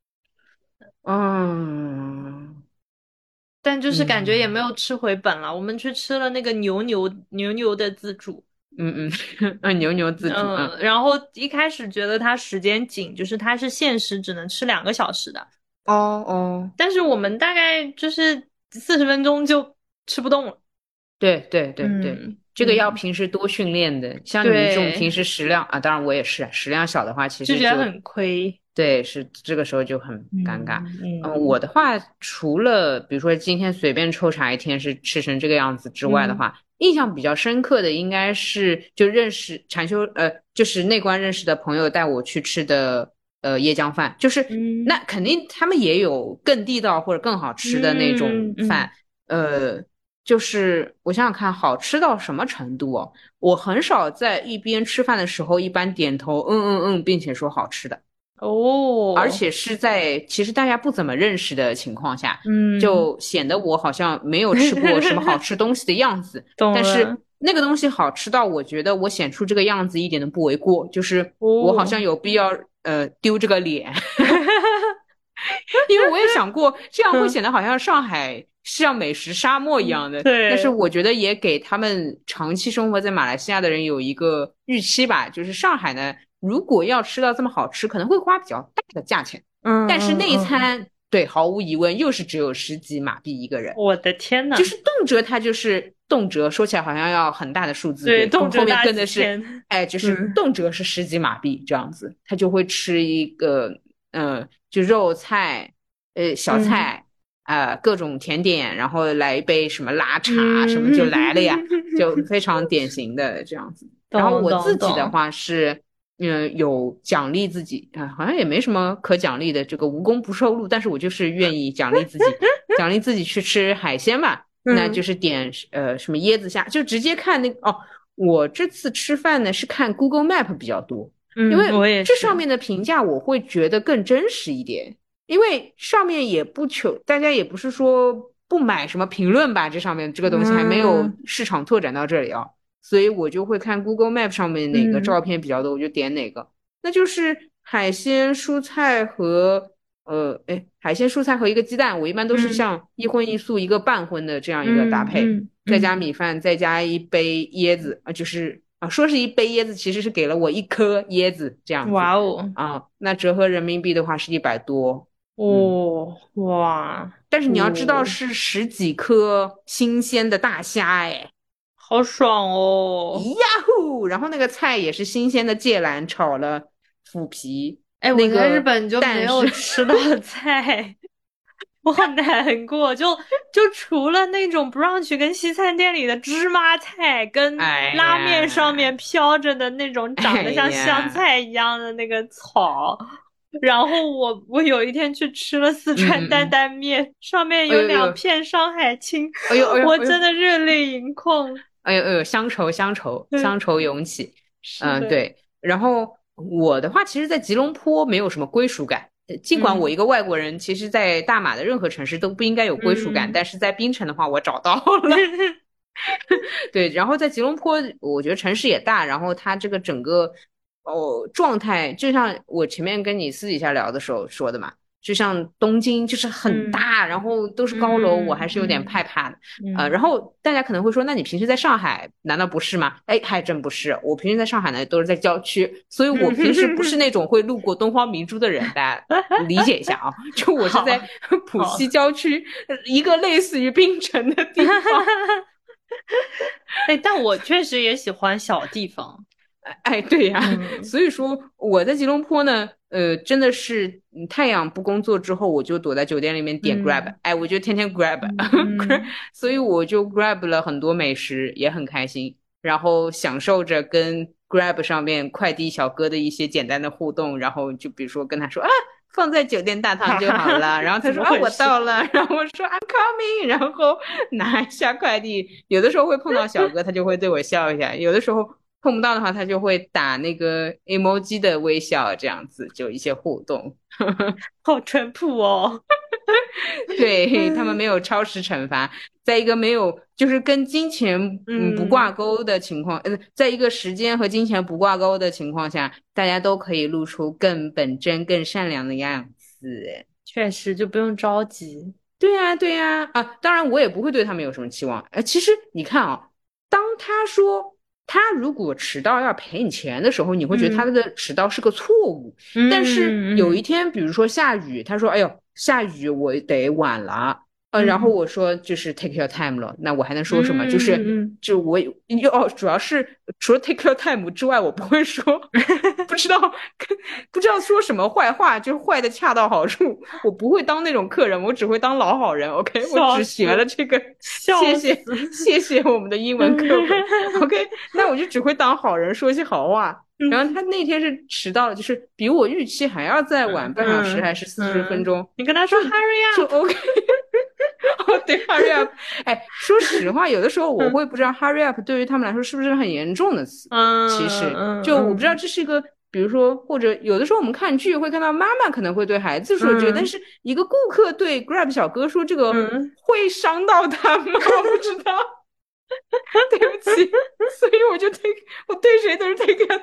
嗯但就是感觉也没嗯有吃回本了。我们去吃了那个牛牛牛牛的自助， 嗯嗯嗯，牛牛自助，嗯嗯，然后一开始觉得它时间紧，就是它是限时只能吃两个小时的， 哦哦， 但是我们大概就是四十分钟就吃不动了。 对对对对， 嗯这个要嗯， 平时多训练的。像你这种平对， 时食量啊，当然我也是食量小的话，其实就就觉得很亏。 对，是这个时候就很尴尬。 嗯嗯，我嗯的话，除了比如说今天随便抽查一天是吃成这个样子之外的嗯话，印象比较深刻的应该是就认识禅修，呃，就是内观认识的朋友带我去吃的呃椰浆饭，就是那嗯肯定他们也有更地道或者更好吃的那种嗯嗯， 饭，呃。就是我想想看，好吃到什么程度哦？我很少在一边吃饭的时候，一般点头嗯嗯嗯，并且说好吃的。而哦， 且是在其实大家不怎么认识的情况下， 嗯， 就显得我好像没有吃过什么好吃东西的样子。但是懂了。 那个东西好吃到我觉得我显出这个样子一点都不为过，就是我好哦， 像有必要呃丢这个脸，因为我也想过这样会显得好像上海像美食沙漠一样的。但是对， 我觉得也给他们长期生活在马来西亚的人有一个预期吧，就是上海呢，如果要吃到这么好吃，可能会花比较大的价钱。 嗯但是那一嗯嗯， 餐，对，毫无疑问又是只有十几马币一个人， 我的天呐， 就是动辄它就是动辄说起来好像要很大的数字， 对， 对，跟后面动辄大跟的是， 几千， 哎，就是嗯动辄是十几马币这样子，他就会吃一个，呃，就肉菜，呃，小嗯菜，呃，各种甜点，然后来一杯什么拉茶，什么就嗯， 来了呀，就非常典型的这样子。然后懂我自懂懂， 己的话是。嗯，有奖励自己啊，好像也没什么可奖励的，这个无功不受禄。但是我就是愿意奖励自己，奖励自己去吃海鲜吧。那就嗯是点呃什么椰子虾，就直接看那个哦。我这次吃饭呢是看 Google Map 比较多，因嗯，我为也是， 这上面的评价我会觉得更真实一点，因为上面也不求大家也不是说不买什么评论吧，这上面这个东西还没有嗯市场拓展到这里啊。所以我就会看 Google Map 上面哪个嗯照片比较多，我就点哪个。那就是海鲜、蔬菜和呃，哎，海鲜、蔬菜和一个鸡蛋，我一般都是嗯像一荤一素、一个半荤的这样一个搭配， 嗯嗯再加嗯， 米饭，再加一杯椰子啊，就是啊，说是一杯椰子，其实是给了我一颗椰子这样子哇哦， 啊。那折合人民币的话是一百多，嗯。 哦哇但是你要知道哦， 是十几颗新鲜的大虾，哎。 好爽哦！ 呀呼！然后那个菜也是新鲜的芥蓝炒了腐皮， 哎，我在日那个本就没蛋是， 有吃到菜，我很难过。就就除了那种 brunch 跟西餐店里的芝麻菜，跟哎拉面上呀， 面飘着的那种长哎得像香呀， 菜一样的那个草，然后我我有一天去吃了四川担嗯嗯嗯， 担面，上面有哎呦哎呦， 两片山海青， 哎呦哎呦哎呦， 我真的热泪盈眶。 哎呦哎呦，乡愁乡愁对， 乡愁涌起，嗯， 是的， 对。然后我的话，其实，在吉隆坡没有什么归属感。呃尽管我嗯一个外国人，其实，在大马的任何城市都不应该有归属感， 嗯。 但是在槟城的话，我找到了。对，然后在吉隆坡，我觉得城市也大，然后它这个整个哦状态，就像我前面跟你私底下聊的时候说的嘛，就像东京就是很嗯大，然后都是高楼，我还是有点嗯嗯害怕的。呃，然嗯， 后大家可能会说，那你平时在上海难道不是吗？哎，还真不是，我平时在上海呢都是在郊区，所以我平时不是那种会路过东方明珠的人，大家理解一下啊，就我是好在浦好， 西郊区一个类似于槟城的地方。 哎，但我确实也喜欢小地方。 哎，对呀， 嗯所以说我在吉隆坡呢，呃，真的是嗯太阳不工作之后，我就躲在酒店里面点 Grab， 嗯哎，我就天天 Grab， 嗯 Grab， 嗯， 所以我就 Grab 了很多美食，也很开心，然后享受着跟 Grab 上面快递小哥的一些简单的互动，然后就比如说跟他说啊。放在酒店大堂就哈哈哈， 好了，然后他怎说啊我么回事？ 到了，然后我说 I'm coming，然后拿一下快递。有的时候会碰到小哥，他就会对我笑一下；有的时候碰不到的话，他就会打那个 emoji 的微笑，这样子就一些互动。 好淳朴哦。 对他们没有超时惩罚，在一个没有就是跟金钱嗯不挂钩的情况，呃，在一个时间和金钱不挂钩的情况下，大家都可以露出更本真、更善良的样子。 确实就不用着急。 对呀，对呀，啊，当然我也不会对他们有什么期望。哎，其实你看啊，当他说他如果迟到要赔你钱的时候，你会觉得他嗯的迟到是个错误。但是有一嗯嗯天，比如说下雨，他说：“哎呦，下雨我得晚了。”呃，然后嗯我说就是 take your time 了，那我还能说什么？就嗯是嗯嗯就我又哦，主要是除了 take your time 之外，我不会说，不知道不知道说什么坏话，就坏的恰到好处。我不会当那种客人，我只会当老好人。OK，我只笑死学了这个，谢笑死。 谢谢谢我们的英文课本。OK，那我就只会当好人，说些好话。然后他那天是迟到了，就是比我预期还要再晚半小时，还是四十分钟。 你跟他说 hurry 就 up。 OK。哦，对 ，hurry up。哎，说实话，有的时候我会不知道 hurry up 对于他们来说是不是很严重的词。 嗯， 其实， 嗯就我不知道这是一个，比如说，或者有的时候我们看剧会看到妈妈可能会对孩子说这个， 嗯但是一个顾客对 Grab 小哥说这个嗯会伤到他吗？我不知道。对不起，所以我就 take， 我对谁都是 take your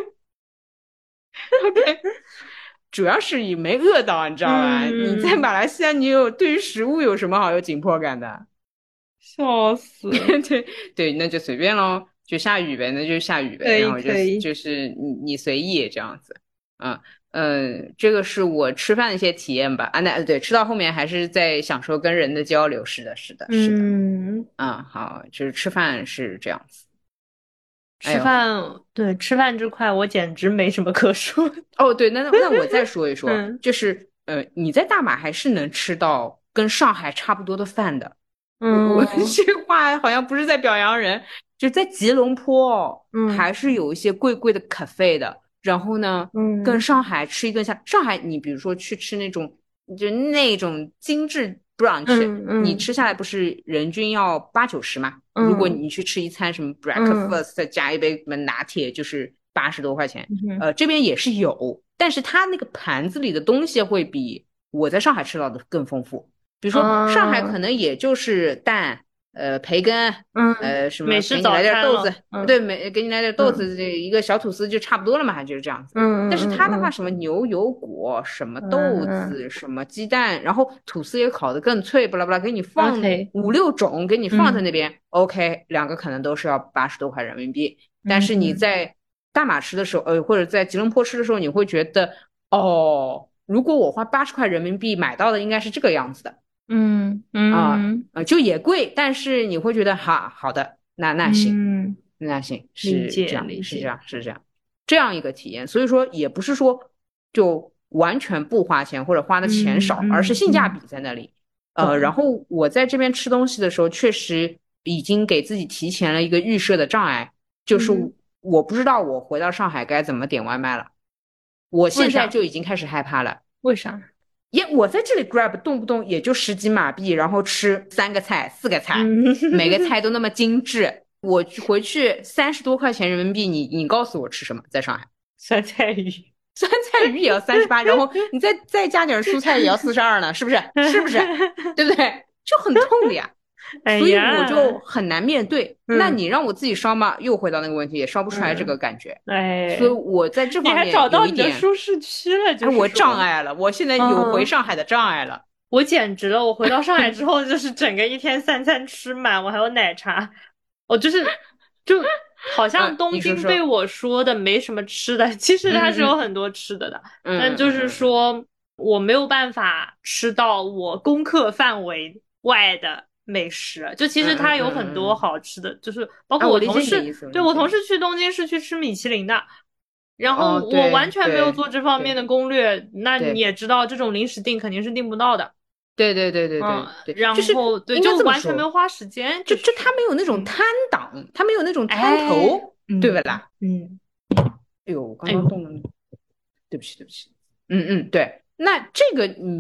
time。OK，主要是你没饿到，你知道吧？ 嗯你在马来西亚，你有对于食物有什么好有紧迫感的？ 笑死。 对对，那就随便咯，就下雨呗，那就下雨呗， 可以然后就可以就是你你随意这样子。嗯嗯，这个是我吃饭的一些体验吧。啊，那对，吃到后面还是在享受跟人的交流。是的，是的，是的。 嗯， 嗯，好，就是吃饭是这样子。哎呦， 吃饭，对，吃饭这块我简直没什么可说的。 哦，对，那那那我再说一说， 嗯就是呃，你在大马还是能吃到跟上海差不多的饭的。我我嗯这个话好像不是在表扬人，就在吉隆坡哦， 嗯还是有一些贵贵的 cafe 的。然后呢，跟嗯上海吃一顿下，上海你比如说去吃那种就那种精致 brunch， 嗯嗯你吃下来不是人均要八九十吗？如果嗯你去吃一餐什么嗯 breakfast 加一杯什么拿铁，就是八十多块钱。 嗯呃，这边也是有，但是它那个盘子里的东西会比我在上海吃到的更丰富。比如说上海可能也就是蛋，呃，培根， 嗯， 呃，什么美式早给你来点餐了。 豆子， 嗯对，每给你来点豆子，这一个小吐司就差不多了嘛，就是这样子。 嗯但是它的话， 嗯嗯什么牛油果，什么豆嗯子，什么鸡蛋，然后吐司也烤得更脆，巴拉巴拉，给你放 ，OK， 五六种，给你放在嗯那边。OK，两个可能都是要八十多块人民币，但是你嗯在大马吃的时候，呃，或者在吉隆坡吃的时候，你会觉得，哦，如果我花八十块人民币买到的应该是这个样子的。 嗯啊， 嗯呃，就也贵，但是你会觉得哈，好的，那那行， 嗯， 那行， 理解是这样， 理解。 是这样，是这样，这样一个体验。所以说，也不是说就完全不花钱或者花的钱少，而是嗯性价比嗯在那里。 嗯， 呃，然懂。 后我在这边吃东西的时候，确实已经给自己提前了一个预设的障碍，就是嗯， 我不知道我回到上海该怎么点外卖了。我为现在啥？ 就已经开始害怕了。 为啥？ 也我在这里 Grab 动不动也就十几马币，然后吃三个菜、四个菜， 嗯， 每个菜都那么精致。我回去三十多块钱人民币，你你告诉我吃什么？在上海， 酸菜鱼。 酸菜鱼也要三十八，然后你再再加点蔬菜也要四十二呢，是不是？是不是？对不对？就很痛的呀。所以我就很难面对。 嗯、 那你让我自己烧吗？又回到那个问题，也烧不出来这个感觉。 嗯、哎， 所以我在这方面你还找到你有一点的舒适区了，就是我障碍了。我现在有回上海的障碍了。 嗯、我简直了！我回到上海之后，就是整个一天三餐吃满，我还有奶茶，我就是就好像东京被我说的没什么吃的，嗯、其实它是有很多吃的的， 嗯、 但就是说我没有办法吃到我攻克范围外的美食。就其实它有很多好吃的，嗯、就是包括我同事， 啊、我对我同事去东京是去吃米其林的。然后哦、 我完全没有做这方面的攻略，那你也知道，这种临时订肯定是订不到的。 对对对对对嗯、 对， 然后、 就是、 对，就完全没有花时间。 就就他没有那种摊档，嗯、他没有那种摊头， 哎、 对不啦？ 嗯。 哎呦，我刚刚动了，哎、对不起对不起。嗯嗯，对，那这个你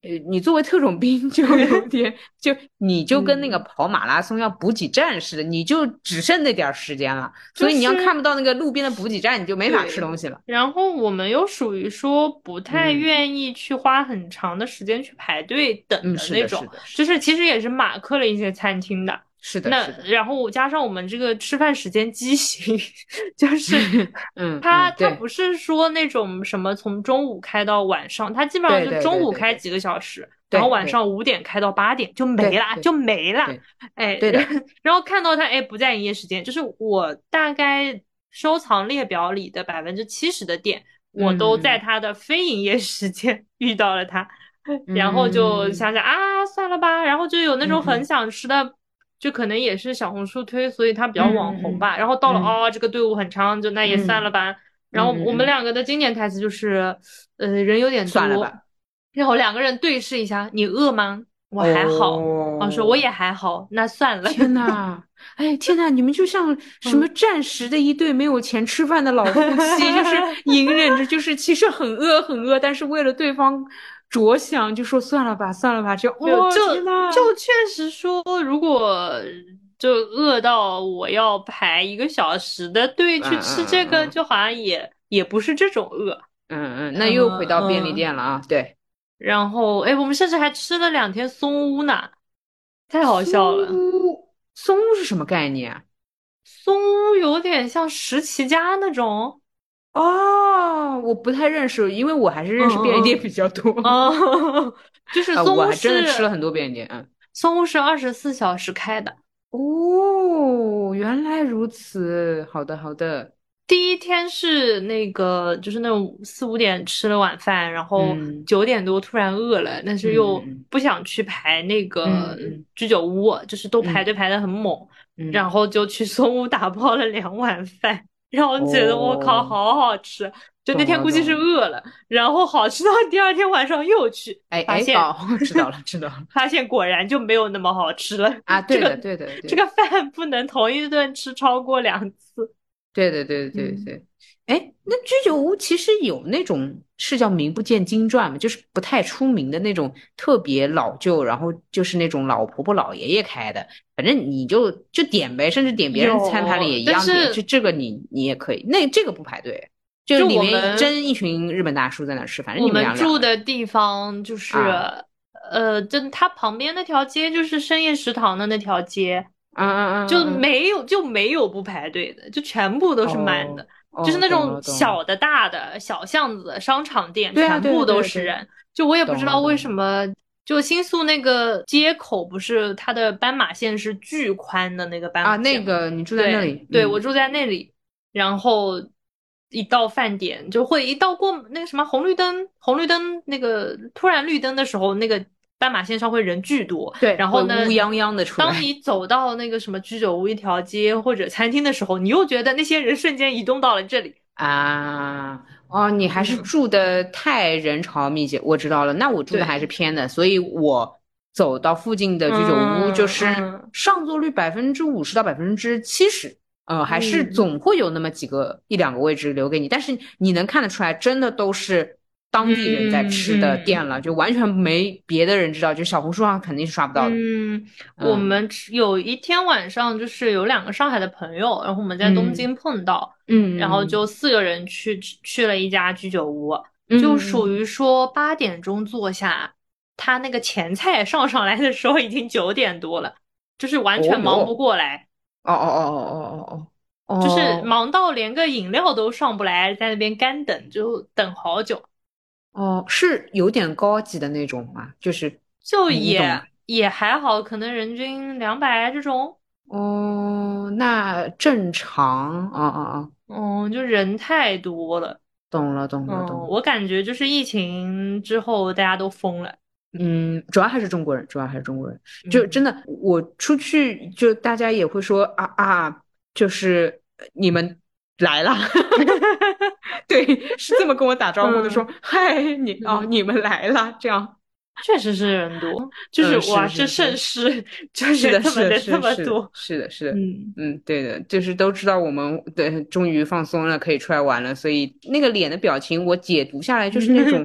呃，你作为特种兵就有点，就你就跟那个跑马拉松要补给站似的，嗯、你就只剩那点时间了， 就是、 所以你要看不到那个路边的补给站，你就没法吃东西了。 然后我们又属于说不太愿意去花很长的时间去排队等的那种， 嗯嗯、是就是其实也是马克了一些餐厅的。 是的， 那然后加上我们这个吃饭时间畸形，就是嗯， 它它对不是说那种什么从中午开到晚上，它基本上就中午开几个小时，然后晚上五点开到八点就没了，就没了。哎， 对的。 然后看到它哎不在营业时间，就是我大概收藏列表里的百分之七十的店，我都在它的非营业时间遇到了它，然后就想想啊算了吧，然后就有那种很想吃的。就可能也是小红书推，所以它比较网红吧。 嗯、 然后到了、嗯、哦，这个队伍很长，就那也算了吧。 嗯、 然后我们两个的经典台词就是，呃，人有点多， 算了吧。 然后两个人对视一下，你饿吗？我还好。我、哦、说我也还好，那算了。 天呐，哎天呐，你们就像什么战时的一对没有钱吃饭的老夫妻，就是隐忍着，就是其实很饿很饿，但是为了对方着想，就说算了吧，算了吧，就哦， 就天呐， 就确实说，如果就饿到我要排一个小时的队去吃这个， 嗯、 就好像也也不是这种饿。 嗯嗯，那又回到便利店了啊， 嗯、 对。 然后哎，我们甚至还吃了两天松屋呢，太好笑了。 松屋，松屋是什么概念啊？ 松屋有点像十奇家那种。 哦，我不太认识，因为我还是认识便利店比较多。 哦，就是松屋是、 啊，我还真的吃了很多便利店。嗯， 松屋是二十四小时开的。 哦，原来如此。好的，好的。 第一天是那个，就是那种四五点吃了晚饭，然后九点多突然饿了，但是又不想去排那个居酒屋，嗯、就是都排队排得很猛， 嗯、 然后就去松屋打包了两碗饭，然后觉得我、哦、靠，好好吃。就那天估计是饿了，然后好吃到第二天晚上又去， 哎发现、 哎、哦，知道了知道了， 发现果然就没有那么好吃了啊！对的、 这个、 对的，对的， 这个饭不能同一顿吃超过两次。 对对对对对，哎、嗯，那居酒屋其实有那种是叫名不见经传嘛，就是不太出名的那种特别老旧，然后就是那种老婆婆老爷爷开的，反正你就就点呗，甚至点别人餐盘里也一样点，就这个你你也可以，那这个不排队。就里面真一群日本大叔在那吃，反正你们我们住的地方就是，啊、呃，就它旁边那条街就是深夜食堂的那条街， 嗯嗯嗯， 就没有就没有不排队的，就全部都是满的， 哦、 就是那种小的、大的、小巷子、商场店， 啊、 全部都是人。 对对对对就我也不知道为什么，就新宿那个街口不是它的斑马线是巨宽的那个斑马线啊，那个你住在那里？ 对，对嗯、 我住在那里，然后。一到饭点就会一到过那个什么红绿灯，红绿灯那个突然绿灯的时候，那个斑马线上会人巨多。 对， 然后呢， 乌泱泱的出来。 当你走到那个什么居酒屋一条街或者餐厅的时候，你又觉得那些人瞬间移动到了这里啊。哦，你还是住的太人潮密集，嗯、我知道了。那我住的还是偏的，所以我走到附近的居酒屋，就是上座率百分之五十到百分之七十。呃，还是总会有那么几个、嗯、一两个位置留给你，但是你能看得出来，真的都是当地人在吃的店了，嗯嗯、就完全没别的人知道，就小红书上肯定是刷不到的。 嗯，嗯我们有一天晚上就是有两个上海的朋友，然后我们在东京碰到， 嗯， 然后就四个人去去了一家居酒屋， 嗯、 就属于说八点钟坐下，他那个前菜上上来的时候已经九点多了，就是完全忙不过来。 哦哦哦哦哦哦哦， 就是忙到连个饮料都上不来，在那边干等，就等好久。 哦，是有点高级的那种吗？就是就也也还好，可能人均两百这种。 哦，那正常。啊啊啊！ 嗯，就人太多了。 懂了，懂了，懂了。 嗯，我感觉就是疫情之后大家都疯了。 嗯，主要还是中国人，主要还是中国人。就真的，我出去就大家也会说啊啊，就是你们来了，对，是这么跟我打招呼的，说嗨，你哦，你们来了，这样。 确实是人多，就是哇，这盛世就是这么的这么多。 是的，是的， 嗯嗯，对的，就是都知道我们对终于放松了，可以出来玩了，所以那个脸的表情我解读下来就是那种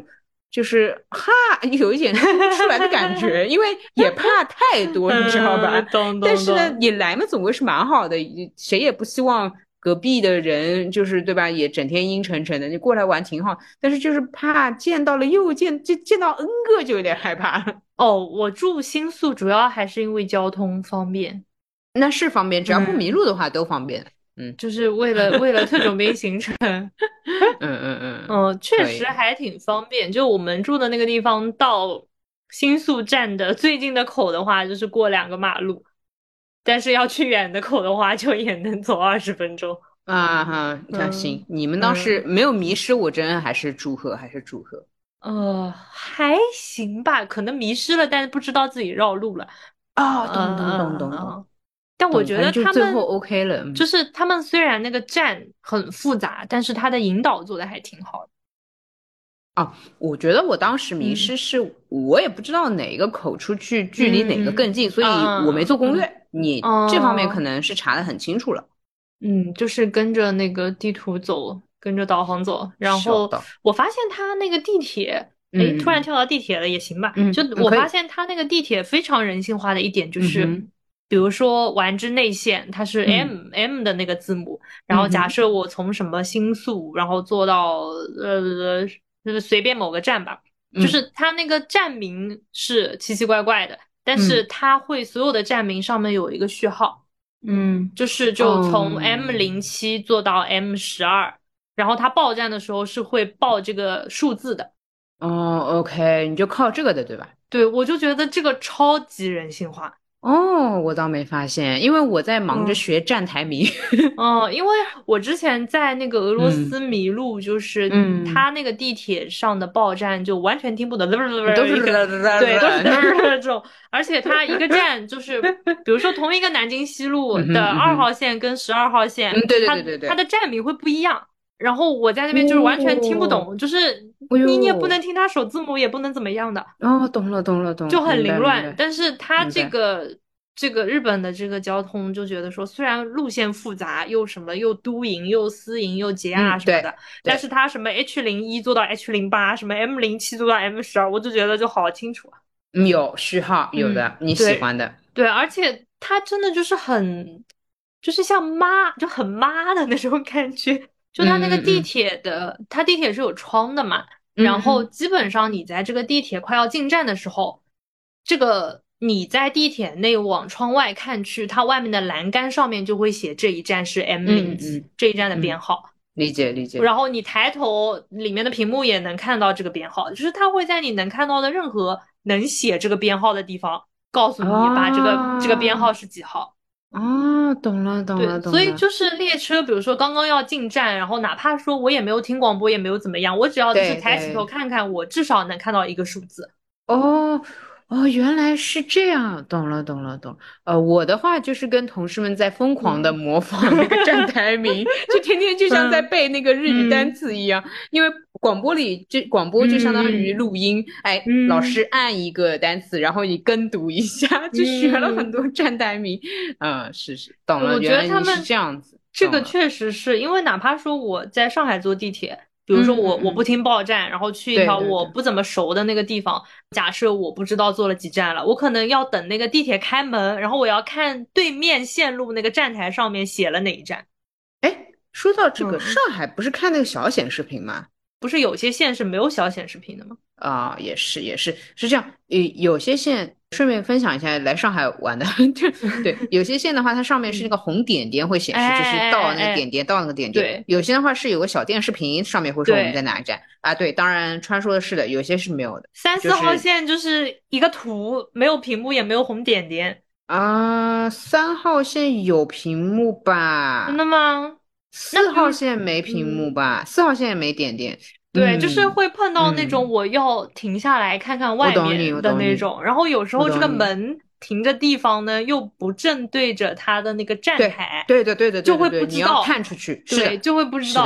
就是哈有一点说不出来的感觉，因为也怕太多，你知道吧？ 懂懂但是呢， 懂你来嘛，总归是蛮好的，谁也不希望隔壁的人就是对吧，也整天阴沉沉的，你过来玩挺好，但是就是怕见到了又见，就见到 N 个就有点害怕了。 哦，我住新宿主要还是因为交通方便， 那是方便，只要不迷嗯， 路的话都方便。嗯就是为了为了特种兵行程， 嗯嗯嗯， 嗯，确可以。 实还挺方便。就我们住的那个地方到新宿站的最近的口的话，就是过两个马路，但是要去远的口的话，就也能走二十分钟。 啊哈，那嗯行，你们倒是嗯没有迷失，我真还是祝贺，还是祝贺。 呃，还行吧，可能迷失了，但是不知道自己绕路了。 哦，懂懂懂懂懂嗯嗯，但我懂，反正觉得就最后他们 OK 了。嗯就是他们虽然那个站很复杂，但是他的引导做的还挺好的。 哦，我觉得我当时迷嗯失是我也不知道哪个口出去距离哪个嗯更近，所以我没嗯嗯做攻略。你这方面可嗯能是查的很清楚了。 嗯，就是跟着那个地图走，跟着导航走。然后小道， 我发现他那个地铁，诶，突然嗯跳到地铁了也行吧。就嗯嗯， 我发可以。 现他那个地铁非常人性化的一点就是， 嗯哼， 比如说丸之内线，它是嗯 M M 的那个字母，然后嗯哼， 假设我从什么新宿，然后坐到呃呃随便某个站吧，就嗯是它那个站名是奇奇怪怪的，但是嗯它会所有的站名上面有一个序号。 嗯， 就是就从 M 哦零七做到 M 十二，然后它报站的时候是会报这个数字的。 哦，OK，你就靠这个的，对吧？ 对，我就觉得这个超级人性化。 哦，我倒没发现，因为我在忙着嗯学站台名。 嗯，因为我之前在那个俄罗嗯斯迷路，就是嗯， 他那个地铁上的报站就完全听不懂， 都是一个，对，都是这种，而且它一个嗯站就是，比如说同一个南京西路哼的二嗯哼， 号线跟十二号线， 嗯，对对它对对对， 它的站名会不一样，然后我在那边就是完全听不哦， 懂，就是哎你你也不能呦， 听它首字母，也不能怎么样的。 哦，懂了懂了懂了， 就很明凌乱。 白明白但是它这明白， 个这个日本的这个交通就觉得说，虽然路线复杂，又什么又都营又私营又捷嗯，对啊什么的，但是对， 它什么 H 零一做到 H 零八，什么 M 零七做到 M 十二，我就觉得就好清楚啊。 嗯有序号有嗯， 的，你喜对欢的， 对，而且它真的就是很，就是像妈，就很妈的那种感觉。就它那个地嗯嗯铁的，它地铁是有窗的嘛，然后嗯基本上你在这个地铁快要进站的时候，这个你在地铁内往窗外看去，它外面的栏杆上面就会写这一站是 M 零几， 嗯嗯嗯这一站的嗯， 编号。 理解理解， 然后你抬头，里面的屏幕也能看到这个编号，就是它会在你能看到的任何能写这个编号的地方，告诉你把这个这个编啊号是几号。 啊，懂了懂了对，所懂了， 以就是列车，比如说刚刚要进站，然后哪怕说我也没有听广播，也没有怎么样，我只要就是抬起头对对。 看看，我至少能看到一个数字。 哦哦，原来是这样，懂了懂了懂了。呃，我的话就是跟同事们在疯狂的嗯模仿那个站台名，就天天就像在嗯背那个日语单嗯词一样。因为广播里这广播就相当于嗯录音，哎，老师嗯按一个单词，然后你跟读一下，就学了很嗯， 多站台名。嗯，是是，懂了， 我觉原来你是得他们这样子， 这个懂了。 确实是因为哪怕说我在上海坐地铁，比如说嗯嗯嗯， 我我不听报站，然后去一条对对对。 我不怎么熟的那个地方，假设我不知道坐了几站了，我可能要等那个地铁开门，然后我要看对面线路那个站台上面写了哪一站。 哎，说到这个， 嗯， 上海不是看那个小显示屏吗？ 不是有些线是没有小显示屏的吗？ 啊、也是也是是这样，呃，有些线顺便分享一下来上海玩的，就对，有些线的话，它上面是那嗯， 个红点点会显示，就是哎到哎哎， 那个点点到那个点点。 对有些的话是有个小电视屏，上面会说我们在对， 哪一站啊。对，当然川说的是的，有些是没有的， 三四号就是线就是一个图，没有屏幕也没有红点点。 啊，三号线有屏幕真的吧？ 吗？那比如， 四号线没屏幕嗯， 吧？四号线也没点点。 对，就是嗯会碰到那种嗯， 我要停下来看看我懂你， 外面我懂你， 的那种，然后有时候这个我懂你。 门停着地方呢，又不正对着它的那个站对台， 对的对的对就会不的对，你要知道， 看出去，是对， 的， 就会不知是的。 道。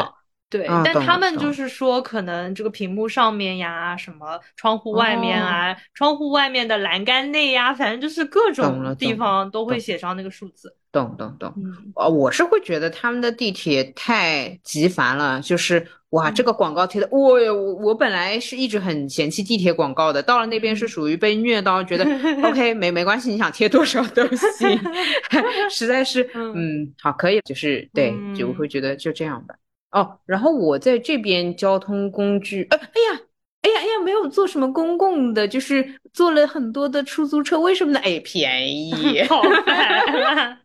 对， 啊， 但懂他们就了懂了。 是说，可能这个屏幕上面呀，什么窗户外面哦， 啊，窗户外面的栏杆内呀，反正就是各懂种地了懂了方都会懂写上那个数字。 懂懂懂。 嗯呃，我是会觉得他们的地铁太极烦了，就是哇，这嗯个广告贴的，我我我本来是一直很嫌弃地铁广告的，到了那边是嗯， 属于被虐到，觉得 OK 没没关系，你想贴多少都行，实在是嗯嗯好可以，就是对，就我会嗯， 觉得就这样吧。哦，然后我在这边交通工具，呃，哎呀。哎呀哎呀，没有坐什么公共的，就是坐了很多的出租车，为什么呢？哎，便宜。 好烦啊！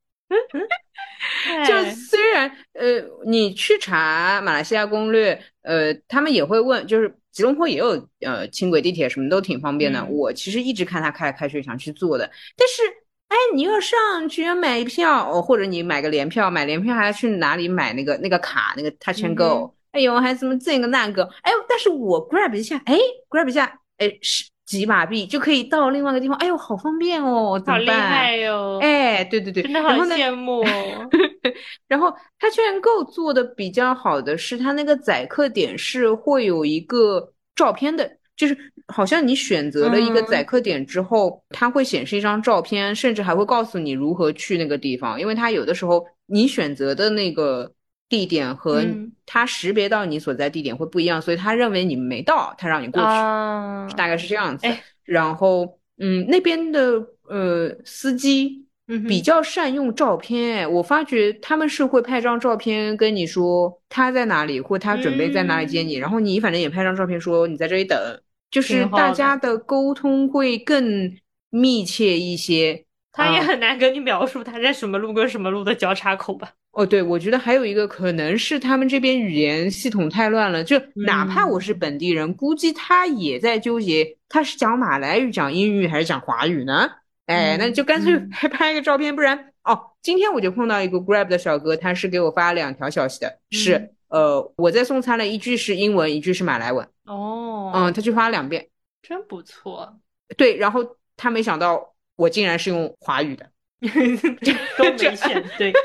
就哎， 虽然呃，你去查马来西亚攻略，呃，他们也会问，就是吉隆坡也有呃轻轨、地铁，什么都挺方便的。 嗯我其实一直看他开来开去，想去坐的，但是哎，你要上去要买票，哦，或者你买个联票，买联票还要去哪里买那个那个卡，那个 Touch and 嗯 Go， 哼， 哎呦，还什么这个那个，哎呦，但是我 grab 一下，哎，grab 一下，哎，是几马币就可以到另外一个地方，哎呦，好方便哦，怎么好厉办？ 害哟， 哎，对对对， 真的好然后呢？ 羡慕哦。 然后它圈购做的比较好的是，它那个载客点是会有一个照片的，就是好像你选择了一个载嗯客点之后，它会显示一张照片，甚至还会告诉你如何去那个地方，因为它有的时候你选择的那个地点和嗯它识别到你所在地点会不一样，所以他认为你没到，他让你过去， 啊， 大概是这样子。 哎， 然后，嗯，那边的呃司机嗯哼， 比较善用照片，哎，我发觉他们是会拍张照片跟你说他在哪里，或他准备在哪里接你，然嗯， 后你反正也拍张照片说你在这里等，就是挺好的。 大家的沟通会更密切一些。 他也啊、 很难跟你描述他在什么路跟什么路的交叉口吧？ 哦，对，我觉得还有一个可能是他们这边语言系统太乱了，就哪怕我是嗯本地人，估计他也在纠结，他是讲马来语、讲英语还是讲华语呢？哎，那就干脆嗯嗯拍拍个照片，不然哦，今天我就碰到一个 Grab 的小哥，他是给我发两条消息的， 嗯， 是呃我在送餐了，一句是英文，一句是马来文，嗯， 哦， 他就发了两遍， 真不错， 对，然后他没想到我竟然是用华语的， 都这没选对。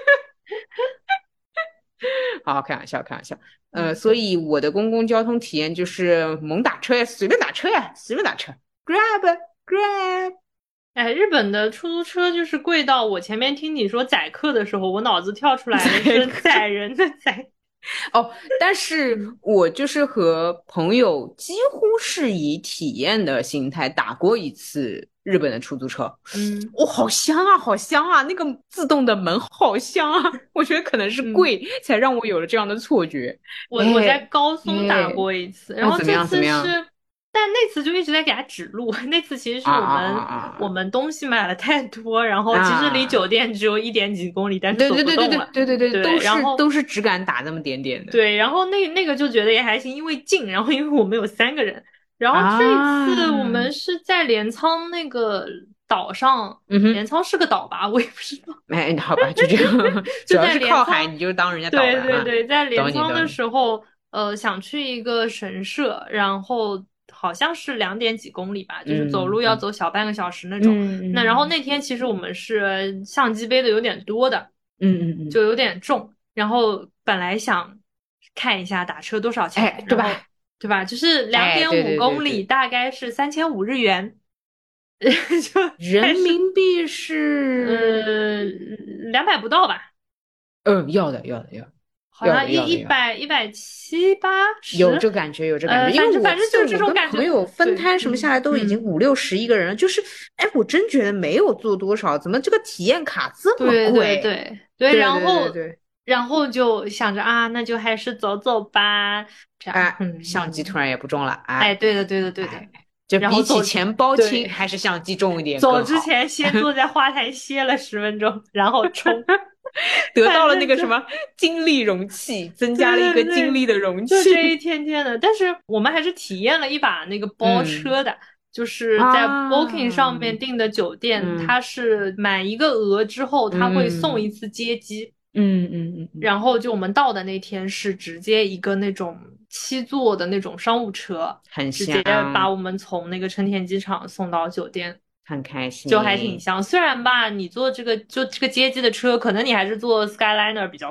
好好开玩笑，开玩笑。呃， 嗯， 所以我的公共交通体验就是猛打车呀，随便打车呀，随便打车，Grab Grab。 哎，日本的出租车就是贵到我前面听你说载客的时候，我脑子跳出来的是载人的载。 哦，但是嗯我就是和朋友几乎是以体验的心态打过一次日本的出租车， 嗯哇、好香啊，好香啊，那个自动的门好香啊，我觉得可能是嗯。 贵才让我有了这样的错觉。 我我在哎高松打哎， 过一次，然后这那怎么样？怎么样？ 次是，但那次就一直在给他指路。那次其实是啊啊我们我啊们东西买了太多，然后啊其实离啊！ 酒店只有一点几公里，但是对走对对对对不动了。 对对对， 对， 都然后是都是只敢打那么点点的对，然后那那个就觉得也还行，因为近，然后因为我们有三个人，然后这一次我啊。 们是在镰仓那个岛上， 嗯哼， 镰仓是个岛吧，我也不知道， 哎，好吧，就这样，主就在要是靠海， 镰仓。 你就当人家岛了啊。 对对对，在镰仓的懂你懂你。 时候，呃，想去一个神社，然后好像是两点几公里吧，就是走路要嗯嗯走小半个小时那种。那然后嗯那天其实我们是相机背的有点多的， 嗯嗯嗯， 就有点重，然后本来想看一下打车多少钱， 哎，对然后吧？ 对吧？就是两哎，对点五对对对， 公里，大概是三千五日元，就人还是民币是， 呃两百不到吧。 嗯，要的要的要的要好像一一的要的要的。 百一百七八十， 有这感觉，有这感觉， 呃， 因为反正反正就是我记得这种感觉。 我跟朋友分对， 摊什么下嗯来都已经嗯， 五六十一个人了，就是，哎，我真觉得没有做多少，怎么这个体验卡这么对对贵？ 对对， 对对对然后对， 然后就想着啊，那就还是走走吧，这样， 哎，相机突嗯， 然也不重了， 哎， 哎对的对的对的， 哎，就比起然后走， 钱包轻， 对， 还是相机重一点走更好。 之前先坐在花坛歇了十分钟，然后冲， 得到了那反正就个什么精力容器，增加了一对个对对， 精力的容就这一器。 天天的。但是我们还是体验了一把那个包嗯车的，就是在 Booking 啊， 上面订的酒店， 嗯它是满一个额之后，它会送一嗯次接机。 嗯嗯嗯嗯， 然后就我们到的那天是直接一个那种七座的那种商务车， 很直接把香， 我们从那个成田机场送到酒店。 很开就还挺心。 香，虽然吧，你坐这个就这个阶级的车，可能你还是坐 Skyliner 比较快，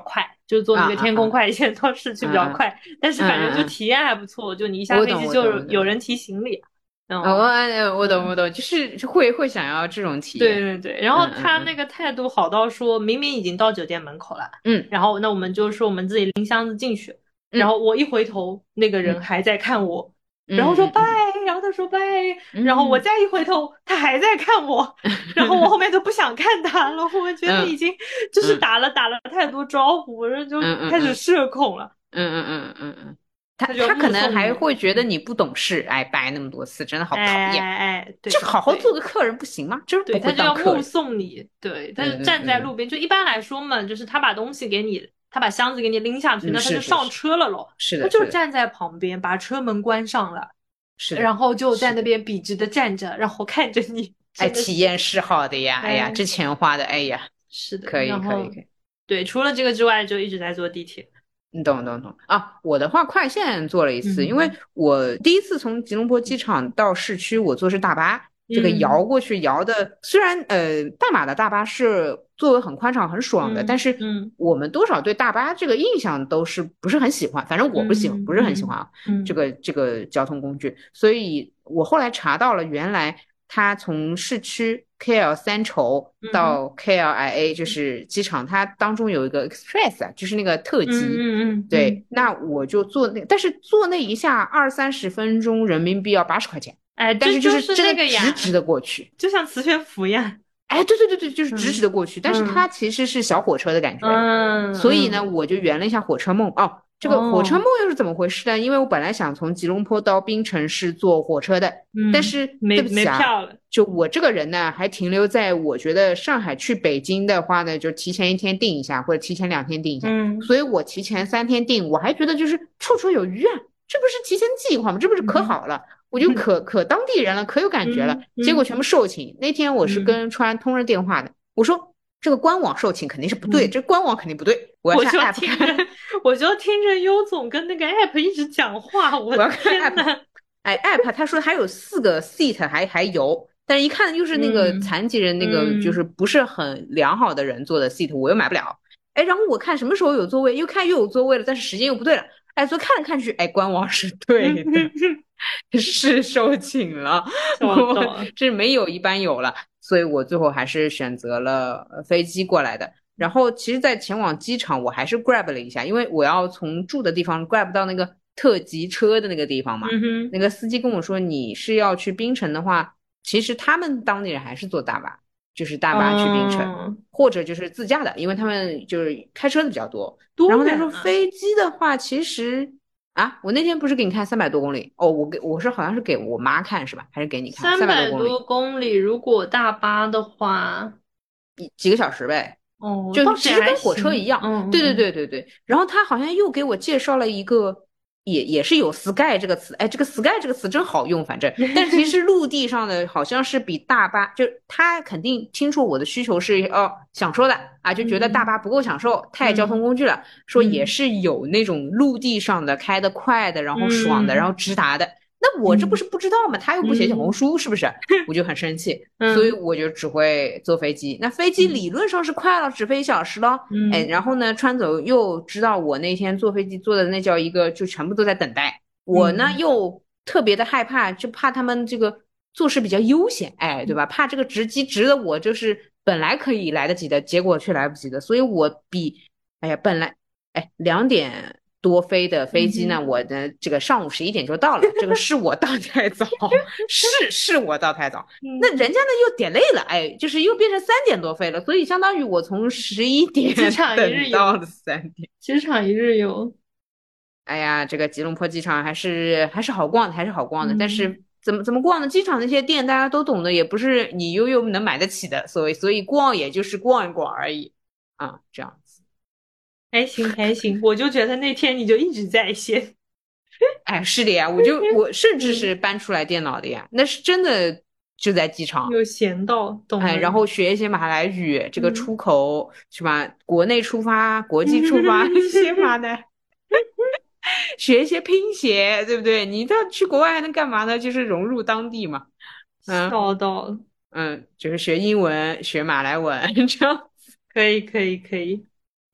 就坐那个啊啊啊天空快线到市区比较快， 嗯嗯但是反正就嗯嗯体验还不错，就你一下我飞机懂我懂我懂。 就有人提行李。 哦， 嗯我我懂嗯， 我懂，就是会会想要这种体验。 对对对，然后嗯嗯嗯他那个态度好到说，明明已经到酒店门口了， 嗯然后那我们就说我们自己拎箱子进去，然嗯后我一回头，那个人嗯还在看我，然后说拜， 嗯嗯然后他说拜，然后我嗯再一回头，他还在看我，然后我后面都不想看他了，我觉得已嗯经就是嗯打了打了太多招呼，我这就嗯嗯嗯开始社恐了， 嗯嗯嗯嗯，他他就要目他可能送你， 还会觉得嗯， 你不懂事，哎，掰那么多次，真的好哎讨厌。 哎哎，对就好好做对。 个客人不行吗？真对， 不会他就要目当客人。 送你，对，他就嗯嗯嗯站在路边。就一般来说嘛，就是他把东西给你，他把箱子给你拎下去， 嗯， 那他就上是是是车了咯。 是的，是的， 他就站在旁边，把车门关上了， 是的， 然后就在是的。 那边笔直的站着，然后看着你， 哎， 真的是， 体验是好的呀，哎呀， 哎， 这钱花的，哎呀， 是的。 可以然后， 可以可以。 对，除了这个之外，就一直在坐地铁。 你懂懂懂啊！我的话快线坐了一次，因为嗯我第一次从吉隆坡机场到市区，我坐是大巴，这个摇嗯过去摇的，虽然呃大马的大巴是座位很宽敞很爽的，但嗯是嗯我们多少对大巴这个印象都是不是很喜欢，反正我不喜欢，不是很喜欢嗯啊，这嗯个这个交通工具，所以我后来查到了，原来它从市区 K L 三筹嗯到 K L I A 就是机场，它当中有一个 Express 啊，就是那个特嗯急。 嗯嗯对， 嗯， 那我就坐那，但是坐那一下二三十分钟人民币要八十块钱， 哎， 但是就这就是是真的那个呀， 直直的过去。 就像磁悬浮一样。 哎，对对对对，就是直直嗯的过去，但是它嗯其实是小火车的感觉， 嗯所以呢， 嗯。 我就圆了一下火车梦。哦，这个火车梦哦， 又是怎么回事呢？因为我本来想从吉隆坡到槟城是坐火车的，但嗯， 是没没对不起啊， 票了。 就我这个人呢，还停留在我觉得上海去北京的话呢，就提前一天订一下，或者提前两天订一下， 嗯所以我提前三天订，我还觉得就是绰绰有余啊，这不是提前计划吗？这不是可嗯好了。我就可可当地人了，可有感觉了， 嗯嗯结果全部售罄。那天我是嗯， 跟川通了电话的，我说这个官网售罄肯定是不对， 嗯， 这官网肯定不对，我要下我就 app 看， 听着，我就听着优总跟那个 app 一直讲话，我我要看天 app。 呐， 哎，app 他说还有四个 seat 还还有，但是一看又是那个嗯残疾人那个就是嗯不是很良好的人坐的 seat，我又买不了。哎，然后我看什么时候有座位，又看又有座位了，但是时间又不对了。哎，所以看来看去，哎，官网是对的， 嗯， 是售罄了，我笑到， 这没有一般有了，所以我最后还是选择了呃飞机过来的。然后其实，在前往机场，我还是 grab 了一下，因为我要从住的地方 grab 到那个特急车的那个地方嘛。 嗯哼， 那个司机跟我说，你是要去槟城的话，其实他们当地人还是坐大巴，就是大巴去槟城， 嗯， 或者就是自驾的，因为他们就是开车的比较多。 多然后他说远啊？ 飞机的话，其实啊，我那天不是给你看三百多公里哦，我给我是好像是给我妈看是吧？还是给你看三三百多公里， 百多公里，如果大巴的话， 几几个小时呗。 哦， 就倒是还其实跟火车一行， 样，对对嗯嗯对对对。然后他好像又给我介绍了一个，也也是有 sky 这个词，哎，这个 sky 这个词真好用，反正，但是其实陆地上的好像是比大巴，就他肯定清楚我的需求是哦想说的啊，就觉得大巴不够享受，太交通工具了，说也是有那种陆地上的开得快的，然后爽的，然后嗯直达的。那我这不是不知道吗？他又不写小红嗯书，是不是？我就很生气， 嗯所以我就只会坐飞机。那飞机理论上是快了，只飞一小时了。哎， 嗯然后呢，川走又知道我那天坐飞机坐的那叫一个，就全部都在等待。我呢嗯又特别的害怕，就怕他们这个做事比较悠闲，哎，对吧？怕这个值机值的我就是本来可以来得及的，结果却来不及的，所以我比，哎呀，本来哎两点多飞的飞机呢， 嗯我的这个上午十一点就到了，这个是我到太早，是是我到太早，那人家呢又点累了，哎，就是又变成三点多飞了，所以相当于我从十一点机场一日游， 等到了三点。 机场一日游， 哎呀，这个吉隆坡机场还是还是好逛的，还是好逛的，但嗯是怎么怎么逛呢？机场那些店大家都懂的，也不是你悠悠能买得起的，所以所以逛也就是逛一逛而已啊，这样子。 还行还行，我就觉得那天你就一直在线， 哎，是的呀，我就我甚至嗯是搬出来电脑的呀，那是真的就在机场。 有闲到，懂哎， 了， 然后学一些马来语，这个嗯出口是吧？国内出发，国际出发，些嘛的，学一些拼写，对不对？你到去国外还能干嘛呢？就是融入当地嘛。嗯笑到了， 嗯，就是学英文，学马来文，这样。 可以可以可以，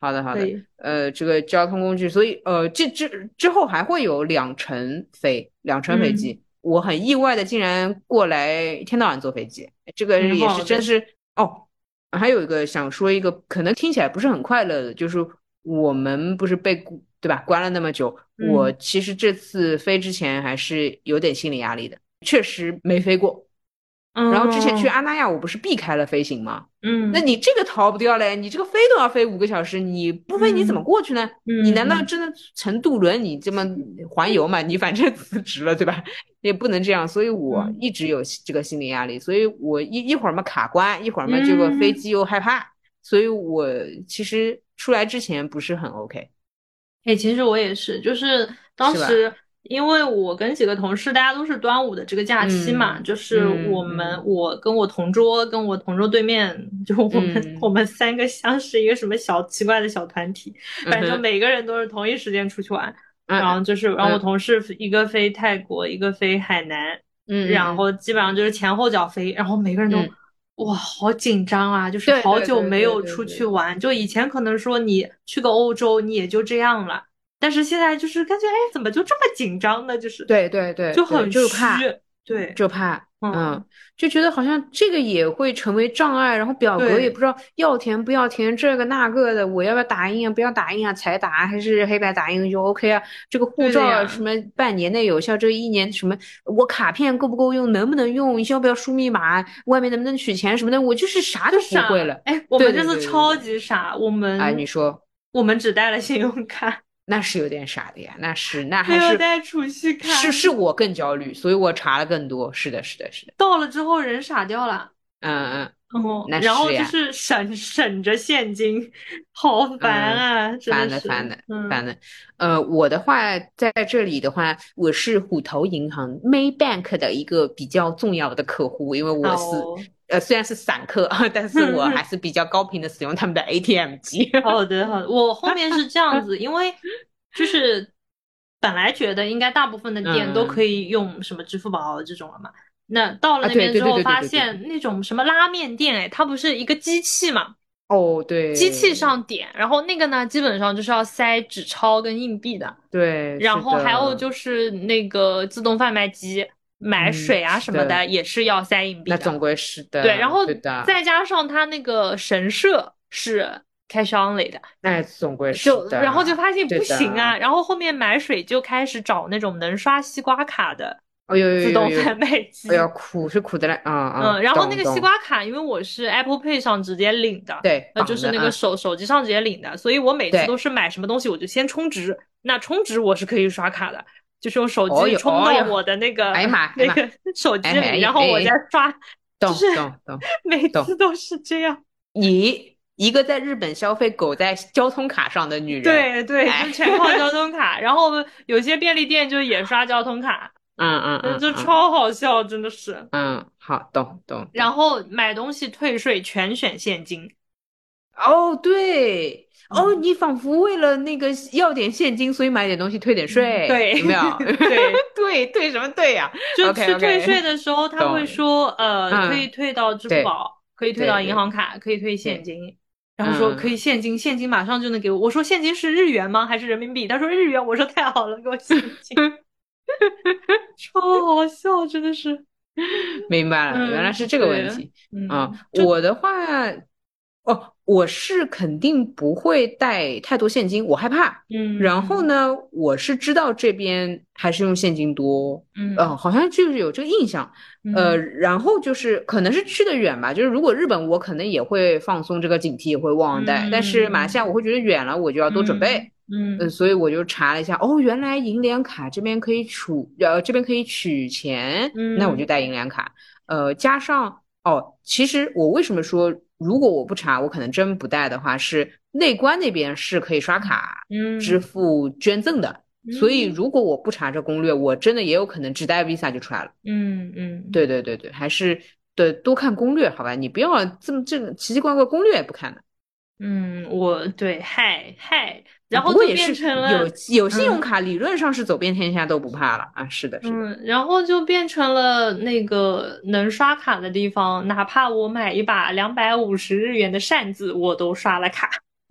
好的好的，呃，这个交通工具，所以呃，这之之后还会有两程飞，两程飞机， 嗯、 我很意外的竟然过来一天到晚坐飞机，这个也是真是哦。还有一个想说一个可能听起来不是很快乐的，就是我们不是被对吧关了那么久， 嗯、 我其实这次飞之前还是有点心理压力的，确实没飞过。然后之前去阿那亚，我不是避开了飞行吗？ 嗯， 那你这个逃不掉嘞，你这个飞都要飞五个小时，你不飞你怎么过去呢？ 嗯、 你难道真的乘渡轮你这么环游嘛？你反正辞职了对吧？也不能这样，所以我一直有这个心理压力，所以我一一会儿嘛卡关，一会儿嘛这个飞机又害怕，所以我其实出来之前不是很 OK。 哎，其实我也是，就是当时因为我跟几个同事，大家都是端午的这个假期嘛， 嗯、 就是我们、 嗯、 我跟我同桌跟我同桌对面，就我们、 嗯、 我们三个像是一个什么小奇怪的小团体，反正每个人都是同一时间出去玩， 嗯、 然后就是然后我同事一个飞泰国，一个飞海南，然后基本上就是前后脚飞，然后每个人都。 嗯哇，好紧张啊！就是好久没有出去玩，就以前可能说你去个欧洲，你也就这样了，但是现在就是感觉，哎，怎么就这么紧张呢？就是对对对， 就很就怕， 虚，对， 就怕， 嗯， 就觉得好像这个也会成为障碍，然后表格也不知道要填不要填，这个那个的，我要不要打印啊？不要打印啊？彩打还是黑白打印就 OK 啊？这个护照什么半年内有效，这个一年什么我卡片够不够用？能不能用？要不要输密码？外面能不能取钱什么的？我就是啥都不会了。 哎，我们这次超级傻，我们哎，你说我们只带了信用卡。 那是有点傻的呀，那是那还是没有带储蓄卡， 是是我更焦虑，所以我查了更多。是的，是的，是的。 到了之后人傻掉了。 嗯嗯， 哦， 那然后就是省省着现金，好烦啊， 嗯、 真的烦的的烦的。呃，我的话在这里的话，我是虎头银行 Maybank 的一个比较重要的客户，因为我是。 哦呃，虽然是散客，但是我还是比较高频的使用他们的 A T M 机。 好的，好的，我后面是这样子，因为就是本来觉得应该大部分的店都可以用什么支付宝这种了嘛，那到了那边之后发现那种什么拉面店，哎，它不是一个机器嘛？ 哦，对， 机器上点，然后那个呢，基本上就是要塞纸钞跟硬币的， 对， 然后还有就是那个自动贩卖机。买水啊什么的、 嗯、 也是要塞硬币的， 那总归是的。 对，然后再加上它那个神社是 cash only 的， 那总归是就的。 然后就发现不行啊，然后后面买水就开始找那种能刷西瓜卡的自动贩卖机。 哎呀，苦是苦的嘞，啊、嗯、 嗯，然后那个西瓜卡，因为我是 Apple Pay 上直接领的， 对， 呃，就是那个手、嗯、手机上直接领的，所以我每次都是买什么东西我就先充值，那充值我是可以刷卡的。就是用手机充到我的那个、 哦、哎呀妈那个手机里，哎、然后我再刷， 懂就是懂懂， 每次都是这样。 你一个在日本消费狗在交通卡上的女人， 对对，就全靠交通卡。然后有些便利店就也刷交通卡， 嗯嗯嗯， 就超好笑，真的是。 嗯，好，懂懂。 然后买东西退税全选现金。 哦，对。哦，你仿佛为了那个要点现金，所以买点东西退点税， 对， 有没有？ 对对，退什么退呀、啊？ 就去退税的时候，他会说，呃， 嗯、 可以退到支付宝，可以退到银行卡，可以退现金。然后说可以现金，现金马上就能给我。我说现金是日元吗？还是人民币？他说日元。我说太好了，给我现金。超好笑，真的是。 明白了，嗯、原来是这个问题。 嗯， 啊、我的话。哦，我是肯定不会带太多现金，我害怕。 嗯， 然后呢，我是知道这边还是用现金多， 嗯， 呃，好像就是有这个印象。 嗯、 呃，然后就是可能是去的远吧，就是如果日本我可能也会放松这个警惕，也会忘带。嗯、但是马来西亚我会觉得远了，我就要多准备。 嗯， 呃，所以我就查了一下，哦，原来银联卡这边可以储，呃，这边可以取钱， 嗯、 那我就带银联卡。呃，加上哦，其实我为什么说？如果我不查，我可能真不带的话，是内关那边是可以刷卡支付捐赠的， 嗯、 所以如果我不查这攻略，我真的也有可能只带 Visa 就出来了。 嗯嗯， 对对对对，还是对多看攻略，好吧？你不要这么这个奇奇怪怪攻略也不看的。 嗯，我对，嗨嗨，然后就变成了有有信用卡，理论上是走遍天下都不怕了、嗯、啊！是的，是的。 嗯，然后就变成了那个能刷卡的地方，哪怕我买一把两百五十日元的扇子，我都刷了卡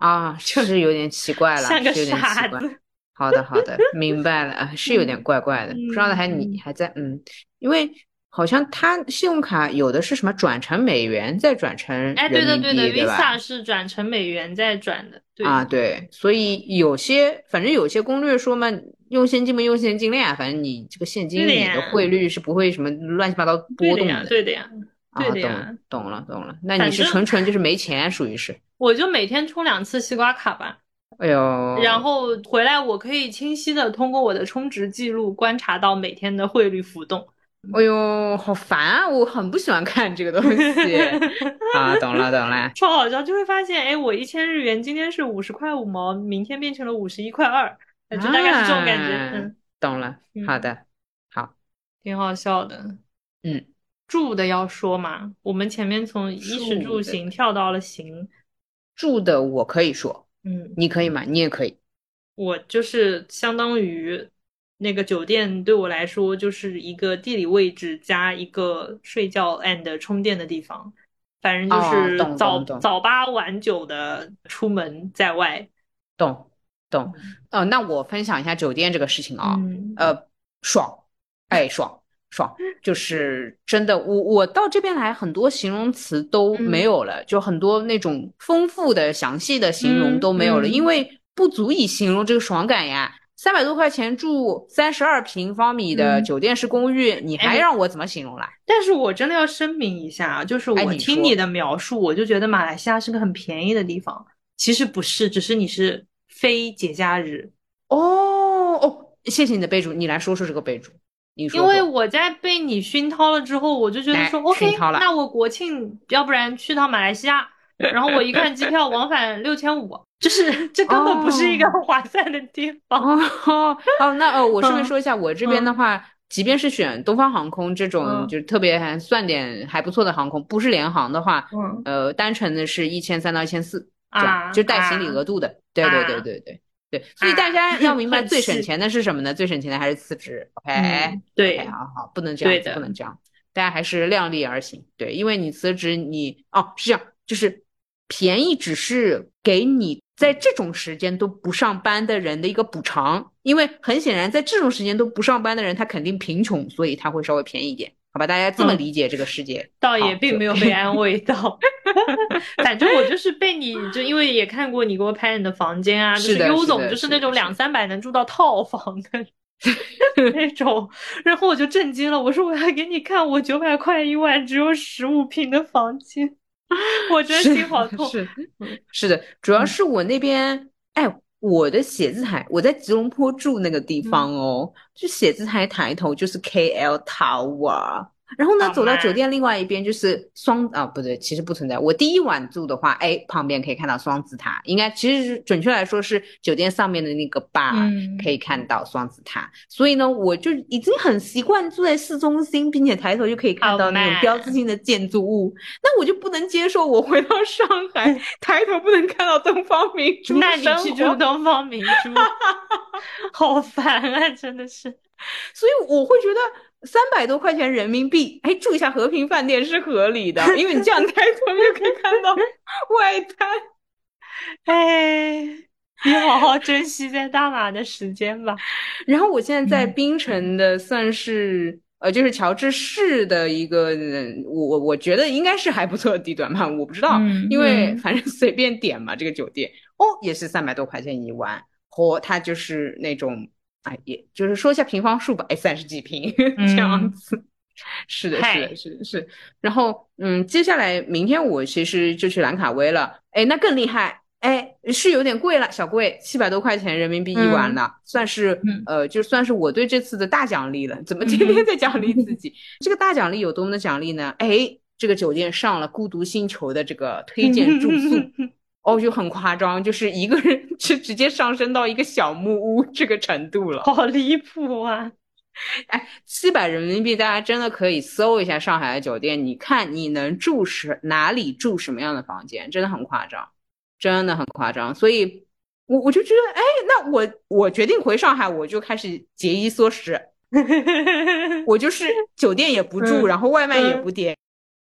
啊，是有点奇怪了， 像个是有点奇怪。 傻子。 好的好的，明白了啊，是有点怪怪的， 嗯、 不知道的还你还在嗯，因为好像它信用卡有的是什么转成美元再转成人民币， 哎，对的对的对吧 ，Visa 是转成美元再转的，对啊对，所以有些反正有些攻略说嘛，用现金嘛用现金了呀，反正你这个现金你的汇率是不会什么乱七八糟波动的，对的呀，对的呀， 啊，懂懂了懂了，那你是纯纯就是没钱，属于是， 我就每天充两次西瓜卡吧。 哎呦， 然后回来我可以清晰的通过我的充值记录观察到每天的汇率浮动。 哎呦，好烦啊！我很不喜欢看这个东西啊，懂了懂了， 超好笑，就会发现，哎，我一千日元今天是五十块五毛，明天变成了五十一块二，就大概是这种感觉。 啊、 嗯， 懂了，好的，嗯、好， 挺好笑的。 嗯， 住的要说嘛，我们前面从衣食住行跳到了行。 住的我可以说， 嗯， 你可以吗？你也可以。 我就是相当于那个酒店对我来说就是一个地理位置加一个睡觉 and 充电的地方，反正就是早、 哦、 早八晚九的出门在外。 懂懂，哦，那我分享一下酒店这个事情啊、哦嗯， 呃，爽，哎，爽爽，就是真的，我我到这边来，很多形容词都没有了，嗯、就很多那种丰富的、详细的形容都没有了，嗯、因为不足以形容这个爽感呀。三百多块钱住三十二平方米的酒店式公寓，嗯、你还让我怎么形容啦？ 但是我真的要声明一下，就是我听你的描述，我就觉得马来西亚是个很便宜的地方。其实不是，只是你是非节假日。 哦哦，谢谢你的备注，你来说说这个备注。你说说， 因为我在被你熏陶了之后，我就觉得说 OK，那我国庆要不然去趟马来西亚，然后我一看机票往返六千五，就是这根本不是一个划算的地方。 哦哦，那呃，我顺便说一下，我这边的话，嗯、即便是选东方航空这种、嗯、就是特别还算点还不错的航空，不是联航的话，嗯、呃，单程的是一千三到一千四，这样、啊、就带行李额度的。啊、对对对对对。对，所以大家要明白，最省钱的是什么呢？最省钱的还是辞职。OK，、嗯、 对， okay, 好好，不能这样子，不能这样，大家还是量力而行。对，因为你辞职你，你哦是这样，就是便宜只是给你在这种时间都不上班的人的一个补偿，因为很显然在这种时间都不上班的人，他肯定贫穷，所以他会稍微便宜一点。好吧，大家这么理解这个世界，嗯、 倒也并没有被安慰到。反正我就是被你，就因为也看过你给我拍你的房间啊，就是优总就是那种两三百能住到套房的那种，然后我就震惊了，我说我要给你看我九百块一晚只有十五平的房间，我真心好痛。 是 是, 是的，主要是我那边，嗯、哎。我的写字台，我在吉隆坡住那个地方哦，嗯、就写字台抬头就是 K L Tower， 然后呢走到酒店另外一边就是双啊不对，其实不存在。我第一晚住的话，哎，旁边可以看到双子塔，应该其实准确来说是酒店上面的那个 bar、嗯、可以看到双子塔，所以呢我就已经很习惯住在市中心，并且抬头就可以看到那种标志性的建筑物。那我就不能接受我回到上海抬头不能看到东方明珠， 那你去住东方明珠好烦啊，真的是。 所以我会觉得三百多块钱人民币，哎，住一下和平饭店是合理的，因为你这样抬头就可以看到外滩。 哎，你好好珍惜在大马的时间吧。 然后我现在在槟城的算是、嗯、呃，就是乔治市的一个，我我觉得应该是还不错的地段吧，我不知道，嗯、因为反正随便点嘛，这个酒店哦也是三百多块钱一晚，和、哦、它就是那种。哎，也就是说一下平方数吧，哎，三十几平、嗯、这样子，是的，是的，是的，是。然后，嗯，接下来明天我其实就去兰卡威了，哎，那更厉害，哎，是有点贵了，小贵，七百多块钱人民币一晚了，嗯、算是、嗯、呃，就算是我对这次的大奖励了。怎么天天在奖励自己？嗯、这个大奖励有多么的奖励呢？哎，这个酒店上了孤独星球的这个推荐住宿。哦，就很夸张，就是一个人是直接上升到一个小木屋这个程度了， 好离谱啊！ 哎，七百人民币，大家真的可以搜一下上海的酒店，你看你能住是哪里住什么样的房间，真的很夸张，真的很夸张。所以我我就觉得，哎，那我我决定回上海，我就开始节衣缩食，我就是酒店也不住，嗯、然后外卖也不点。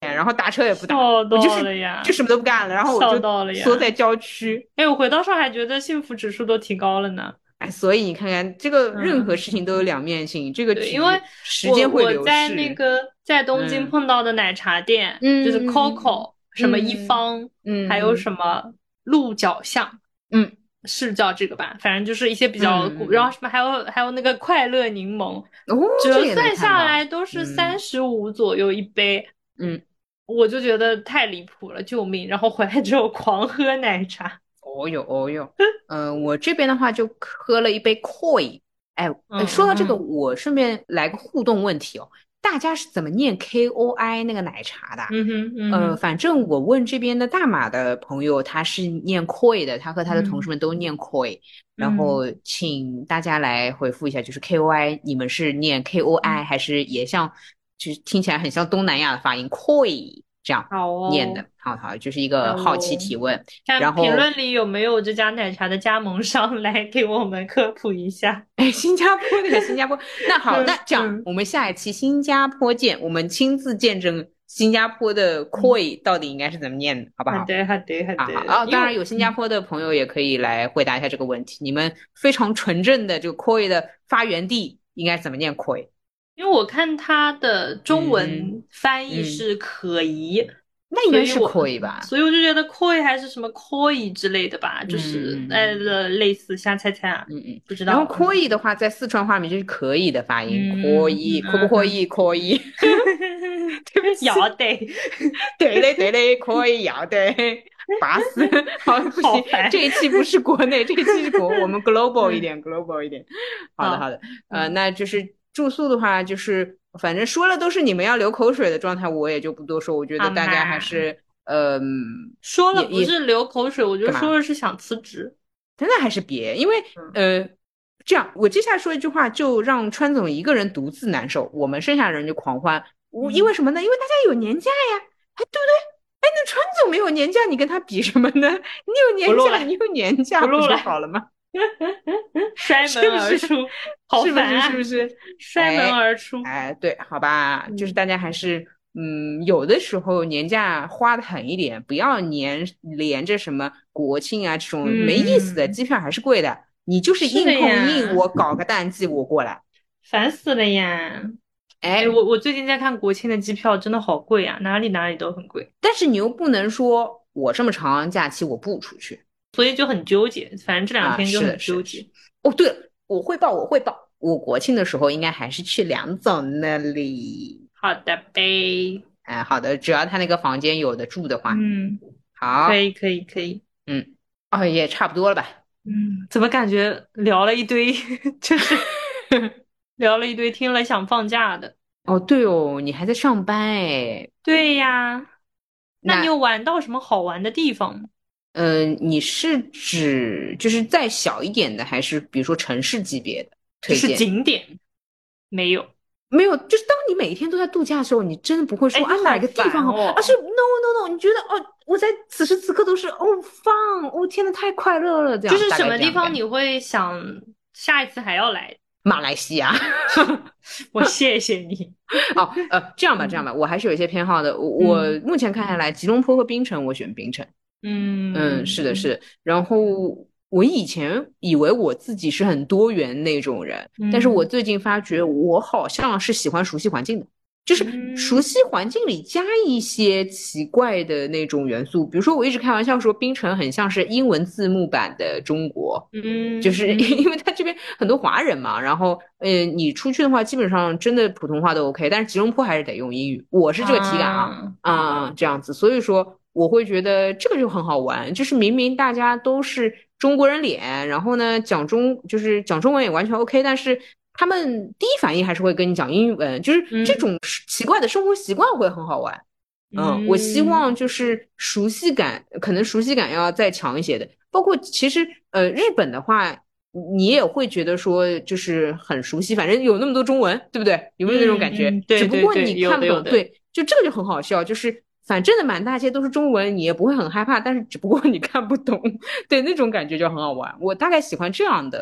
然后打车也不打， 笑到我就是了呀， 就什么都不干了，然后我笑到了呀， 就缩在郊区。 哎，我回到上海觉得幸福指数都提高了呢。 哎，所以你看看，这个任何嗯， 事情都有两面性，这个对，因为局时我间会流我在那逝。 个在东京嗯碰到的奶茶店，就是嗯 Coco 什么一嗯方，还有嗯什么鹿角巷， 嗯是叫这个吧？反正就是一些比较古，然后嗯嗯什么还有还有那个快乐柠檬， 嗯，哦，这也能折算看到。 下来都是三嗯十五左右一杯， 嗯， 我就觉得太离谱了，救命！然后回来之后狂喝奶茶。 哦哟哦哟，嗯、我这边的话就喝了一杯 Koi。哎哎， 嗯说到这个， 嗯我顺便来个互动问题哦，大家是怎么念 K O I 那个奶茶的？ 嗯哼嗯呃， 哼反正我问这边的大马的朋友，他是念 Koi 的，他和他的同事嗯们都念 Koi。然嗯后请大家来回复一下，就是 K O I，你们是念 K O I 嗯， 还是也像，就是听起来很像东南亚的发音 Koi 这样好念的？ 哦。 好好，就是一个好好奇哦， 提问。然看评后， 论里有没有这家奶茶的加盟商来给我们科普一下。 哎，新加坡的新加坡，那好，那嗯这样嗯， 我们下一期新加坡见，我们亲自见证新加坡的嗯 Koi 到底应该是怎么念的，好不好？ 好的好的好啊好， 的， 啊， 因为当然有新加嗯坡的朋友也可以来回答一下这个问题。你们非常纯正的这个 Koi 的发源地应该怎么念 Koi？ 因为我看它的中嗯哼， 文翻译嗯， 是可疑， 那应该是所以我 Koi 吧？ 所以我就觉得 koi 还是什么 koi 之类的吧，就嗯是呃嗯嗯类似瞎猜猜啊， 嗯嗯。 不知然后道。嗯 Koi 的话，在四川话里面就是可以的发音嗯嗯 ，Koi，可不嗯嗯， 可以？可以。对不起， 要得， 对嘞对嘞，可以要的。巴适。好，不行， 好烦。 这一期不是国内，这一期是国，我们 global 一嗯， 点，global 一点。好的，好好， 的，呃， 嗯。 那就是住宿的话，就是反正说了都是你们要流口水的状态，我也就不多说。我觉好得大家还嘛， 是，呃， 说了也也不是流口水，我就干嘛？ 说的是想辞职。 真的还是别，因为嗯呃，这样我接下来说一句话，就让川总一个人独自难受，我们剩下人就狂欢。我因嗯， 为什么呢？因为大家有年假呀，哎，对不对？哎，那川总没有年假，你跟他比什么呢？你有年假， 不录了， 你有年假，不就不录了， 好了吗？ 摔门是不是？ 而出，好是不是？是烦啊！ 不是？ 摔门哎而出。 哎，对，好吧，就是嗯大家还是嗯，有的时候年假花的狠一点，不要连连着什么国庆啊这种没意思的， 嗯， 机票还是贵的。你就是是的硬碰硬， 呀， 我搞个淡季我过来。 烦死了呀！哎， 哎， 我我最近在看国庆的机票，真的好贵啊，哪里哪里都很贵， 但是你又不能说我这么长假期我不出去所以就很纠结。反正这两啊。 天就是的， 很纠结。 是的，是的。哦，对了，我汇报，我汇报，我国庆的时候应该还是去梁总那里。 好的呗， 哎，好的，只要他那个房间有的住的话。 嗯，可好， 以可以可以。 嗯，哦，也差不多了吧。 嗯，怎么感觉聊了一堆，就是聊了一堆，听了想放假的。 哦，对哦，你还在上班哎。 对呀，那你那， 有玩到什么好玩的地方吗？ 嗯、你是指就是再小一点的，还是比如说城市级别的就是推荐？ 景点，没有。 没有，就是当你每天都在度假的时候，你真的不会哎， 说啊哪好个地方好， 烦哦。 而是 no no no，你觉得哦，我在此时此刻都是哦放，哦天呐太快乐了，这样就是大概什么地方这样的感觉。 你会想下一次还要来？ 马来西亚。 我谢谢你。 哦，呃，这样吧，这样嗯吧，我还是有一些偏好的。我我嗯目前看下来，吉隆坡和槟城，我选槟城。嗯，是的，是嗯的。然后我以前以为我自己是很多元那种人，但是我嗯最近发觉我好像是喜欢熟悉环境的，就是熟嗯悉环境里加一些奇怪的那种元素。比如说，我一直开玩笑说，槟城很像是英文字幕版的中国。 嗯就是嗯因为他这边很多华人嘛，然后呃，你出去的话，基本上真的普通话都 OK，但是吉隆坡还是得用英语，我是这个体感啊啊啊、这样子，所以说我会觉得这个就很好玩，就是明明大家都是中国人脸，然后呢讲中就是讲中文也完全 OK，但是他们第一反应还是会跟你讲英文，就是这嗯种奇怪的生活习惯会很好玩。嗯，我希嗯望就是熟悉感，可能熟悉感要再强一些的。包括其实呃，日本的话，你也会觉得说就是很熟悉，反正有那么多中文，对不对？有没有那种嗯感觉？ 嗯，对只不对对， 过你看不懂， 有的有的。 对，就这个就很好笑，就是反正的满大街都是中文，你也不会很害怕，但是只不过你看不懂，对，那种感觉就很好玩。我大概喜欢这样的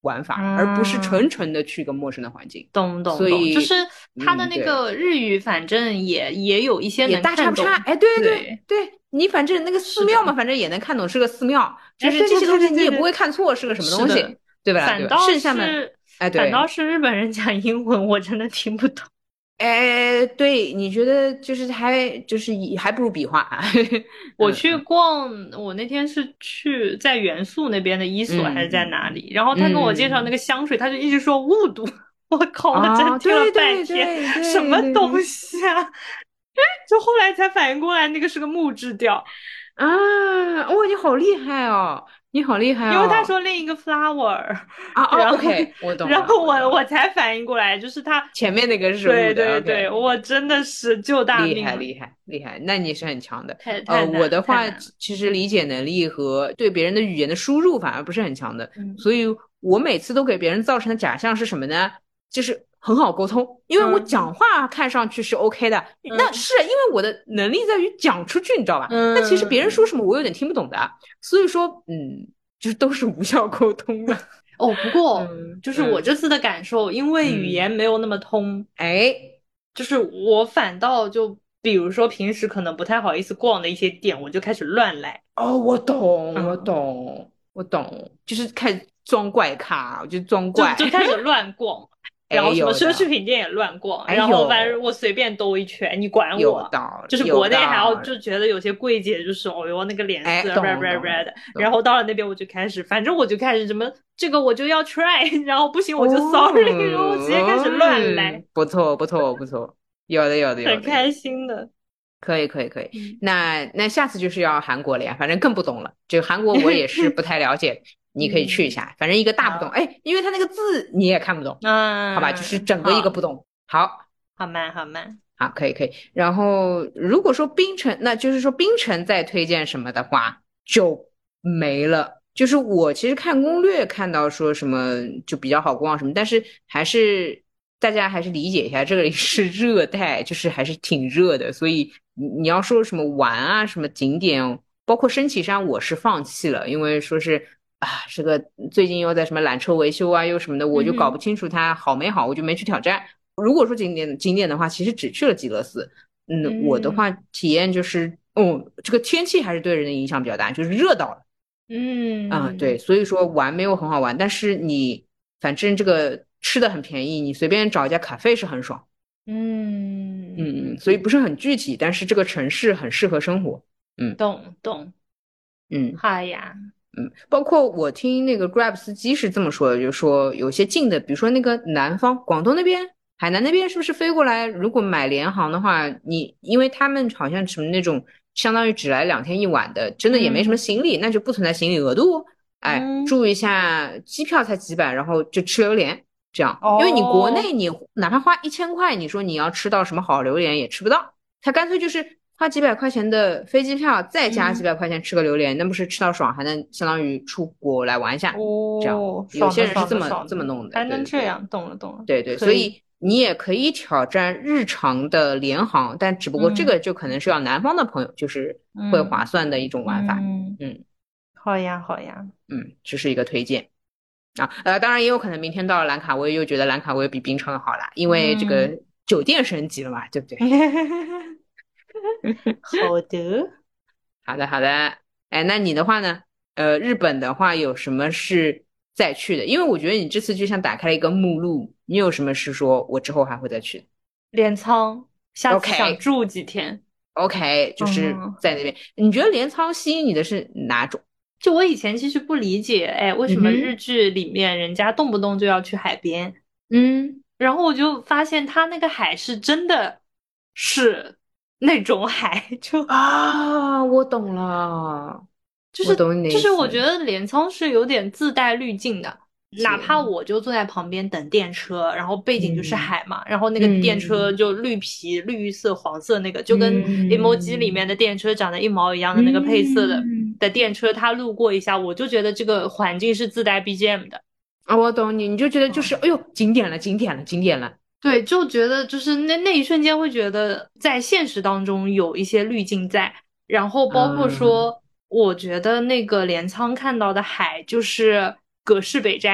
玩法， 嗯、 而不是纯纯的去一个陌生的环境。 懂懂所以就是他的嗯那个日语，反正也、嗯、也有一些也能看懂。 大差不差。哎，对对对对，你反正那个寺庙嘛，反正也能看懂是个寺庙，就是这些东西你也不会看错是个什么东西，对吧？对吧？剩下的，哎，对， 反倒是日本人讲英文，我真的听不懂。 哎，对，你觉得就是还就是还不如笔画。 我去逛，我那天是去在元素那边的一所还是在哪里？然后他跟我介绍那个香水，他就一直说雾都，我靠，我真听了半天，什么东西啊？就后来才反应过来，那个是个木质调啊！哇，你好厉害哦！你好厉害哦！ 因为他说另一个 flower 啊哦，OK，我懂了。 然后我我才反应过来，就是他前面那个是对对对，我真的是救大命， 厉害厉害厉害，那你是很强的。 太太呃，我的话其实理解能力和对别人的语言的输入反而不是很强的， 嗯、 所以我每次都给别人造成的假象是什么呢？就是很好沟通，因为我讲话看上去是 OK 的， 嗯、 那是因为我的能力在于讲出去，你知道吧？ 嗯、 那其实别人说什么我有点听不懂的，所以说，嗯，就是都是无效沟通的。 哦，不过、 嗯、 就是我这次的感受，嗯、因为语言没有那么通， 哎， 就是我反倒就比如说平时可能不太好意思逛的一些店，我就开始乱来。 哦，我懂，我懂，嗯、我懂，就是开始装怪咖，我就装怪， 就就开始乱逛。然后什么奢侈品店也乱逛， 哎、 然后反正我随便兜一圈，你管我？就是国内还要就觉得有些柜姐就是哦哟那个脸色 red red red 的，然后到了那边我就开始，反正我就开始什么这个我就要 try， 然后不行我就 sorry，、哦、然后我直接开始乱来。 不错不错不错，有的有的有的， 很开心的。 可以可以可以，嗯、那那下次就是要韩国了呀，反正更不懂了，这个韩国我也是不太了解。你可以去一下，嗯、反正一个大不懂，哎，因为他那个字你也看不懂， 嗯， 好吧，就是整个一个不懂。好， 好慢，好慢， 好，可以，可以。然后如果说冰城，那就是说冰城再推荐什么的话就没了。就是我其实看攻略看到说什么就比较好逛什么，但是还是大家还是理解一下，这里是热带，就是还是挺热的，所以你要说什么玩啊，什么景点，包括升旗山，我是放弃了，因为说是。啊，这个最近又在什么缆车维修啊，又什么的，我就搞不清楚它好没好，嗯、我就没去挑战。如果说景点景点的话，其实只去了极乐寺。嗯，嗯我的话体验就是，哦，这个天气还是对人的影响比较大，就是热到了。 嗯啊，对，所以说玩没有很好玩，但是你反正这个吃的很便宜，你随便找一家咖啡是很爽。 嗯嗯，所以不是很具体，但是这个城市很适合生活。嗯， 懂懂。 嗯， 好呀。 嗯，包括我听那个 Grab 司机是这么说的，就是说有些近的，比如说那个南方广东那边、海南那边，是不是飞过来？如果买联航的话，你因为他们好像什么那种相当于只来两天一晚的，真的也没什么行李，嗯、那就不存在行李额度。哎， 嗯、 注意一下，机票才几百，然后就吃榴莲这样，哦、因为你国内你哪怕花一千块，你说你要吃到什么好榴莲也吃不到，他干脆就是。花几百块钱的飞机票，再加几百块钱吃个榴莲，嗯、那不是吃到爽，还能相当于出国来玩一下。 哦， 这样有些人是这么这么弄的， 还能这样，懂了懂了。 对对，所以你也可以挑战日常的联航，但只不过这个就可能是要南方的朋友，嗯、就是会划算的一种玩法。 嗯， 嗯好呀好呀， 嗯，这是一个推荐啊。呃，当然也有可能明天到了兰卡威，又觉得兰卡威比槟城好啦，因为这个酒店升级了嘛，对不对？ 好的， 好的，好的。哎，那你的话呢？呃，日本的话有什么是再去的？因为我觉得你这次就像打开了一个目录，你有什么是说我之后还会再去？ 镰仓，下次想住几天。 OK， 就是在那边。嗯、你觉得镰仓吸引你的是哪种？ 就我以前其实不理解，哎，为什么日剧里面人家动不动就要去海边？ 嗯， 然后我就发现他那个海是真的是。那种海就啊，我懂了， 就是我懂你的意思。 就是我觉得镰仓是有点自带滤镜的，哪怕我就坐在旁边等电车，然后背景就是海嘛，嗯、然后那个电车就绿皮、嗯、绿色、黄色那个，就跟 emoji 里面的电车长得一毛一样的那个配色的、嗯、的电车，它路过一下，我就觉得这个环境是自带 B G M 的啊，我懂你，你就觉得就是、哦、哎呦景点了，景点了，景点了。 对，就觉得就是那那一瞬间会觉得在现实当中有一些滤镜在，然后包括说，嗯、我觉得那个镰仓看到的海就是葛饰北斋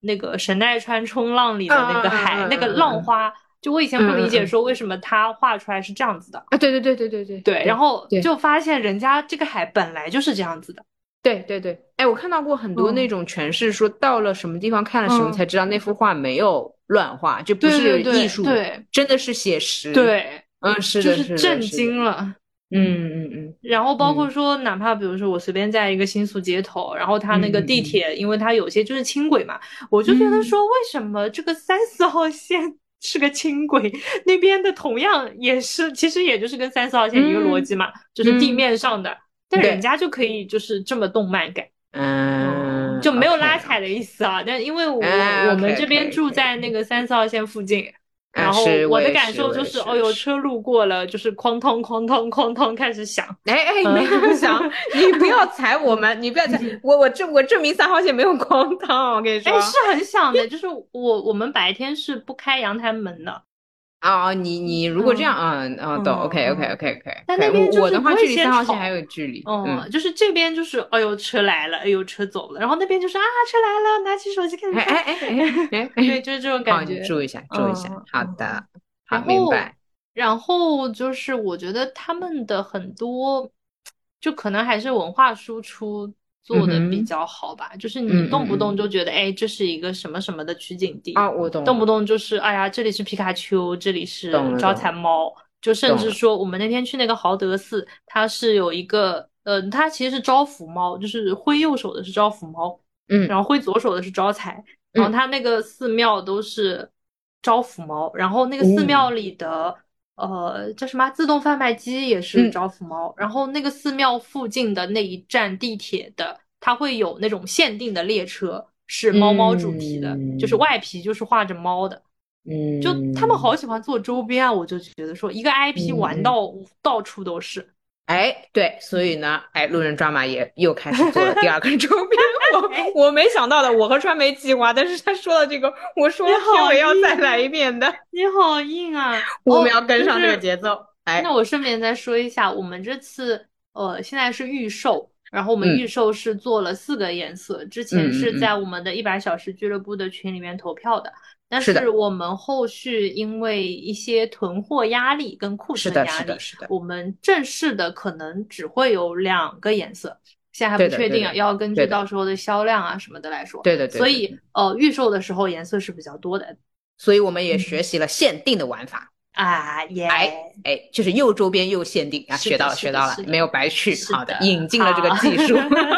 那个神奈川冲浪里的那个海、嗯、那个浪花，就我以前不理解说为什么它画出来是这样子的啊，对对对对对对对，然后就发现人家这个海本来就是这样子的。 对对对，哎，我看到过很多那种诠释说到了什么地方看了什么才知道那幅画没有乱画，就不是艺术， 对， 真的是写实。 对， 嗯，是的， 就是震惊了。 嗯嗯嗯。 然后包括说，哪怕比如说我随便在一个新宿街头，然后它那个地铁，因为它有些就是轻轨嘛，我就觉得说，为什么这个三四号线是个轻轨，那边的同样也是，其实也就是跟三四号线一个逻辑嘛，就是地面上的。但人家就可以就是这么动漫感， 嗯， 就没有拉踩的意思啊。但因为我我们这边住在那个三四号线附近，然后我的感受就是，哦呦，车路过了，就是哐当哐当哐当开始响。 哎哎，没有响，你不要踩我们，你不要踩我，我证我证明三号线没有哐当，我跟你说， 哎，是很响的，就是我我们白天是不开阳台门的。 啊，你你如果这样啊啊，懂 OK OK OK OK。 但那边我的话距离三号线还有距离， 嗯，就是这边就是哎呦车来了，哎呦车走了，然后那边就是啊车来了，拿起手机看看， 哎哎哎哎， 对，就是这种感觉。 好，你注意一下，注意一下，好的，好，明白。 然后就是我觉得他们的很多，就可能还是文化输出做的比较好吧，就是你动不动就觉得，哎，这是一个什么什么的取景地啊，我懂， 动不动就是哎呀，这里是皮卡丘，这里是招财猫，就甚至说我们那天去那个豪德寺，它是有一个，呃，它其实是招福猫，就是挥右手的是招福猫， 嗯， 然后挥左手的是招财，然后它那个寺庙都是招福猫，然后那个寺庙里的。呃，叫什么？自动贩卖机也是招福猫，嗯、然后那个寺庙附近的那一站地铁的，它会有那种限定的列车，是猫猫主题的，嗯、就是外皮就是画着猫的。 嗯， 就他们好喜欢做周边啊，我就觉得说一个 I P 玩到、嗯、到处都是。 哎，对，所以呢，哎，路人抓马也又开始做了第二个周边。我我没想到的，我和川没计划，但是他说了这个，我说片尾要再来一遍的。 你好硬啊！ 我们要跟上这个节奏。 哦就是、 哎， 那我顺便再说一下，我们这次呃现在是预售，然后我们预售是做了四个颜色，嗯、之前是在我们的一百小时俱乐部的群里面投票的。但是我们后续因为一些囤货压力跟库存压力，我们正式的可能只会有两个颜色，现在还不确定啊，要根据到时候的销量啊什么的来说。 对的，对的。 所以呃，预售的时候颜色是比较多的， 所以我们也学习了限定的玩法。 嗯、啊耶！ 哎哎，就是又周边又限定啊，学到了学到了，没有白去。好的，引进了这个技术。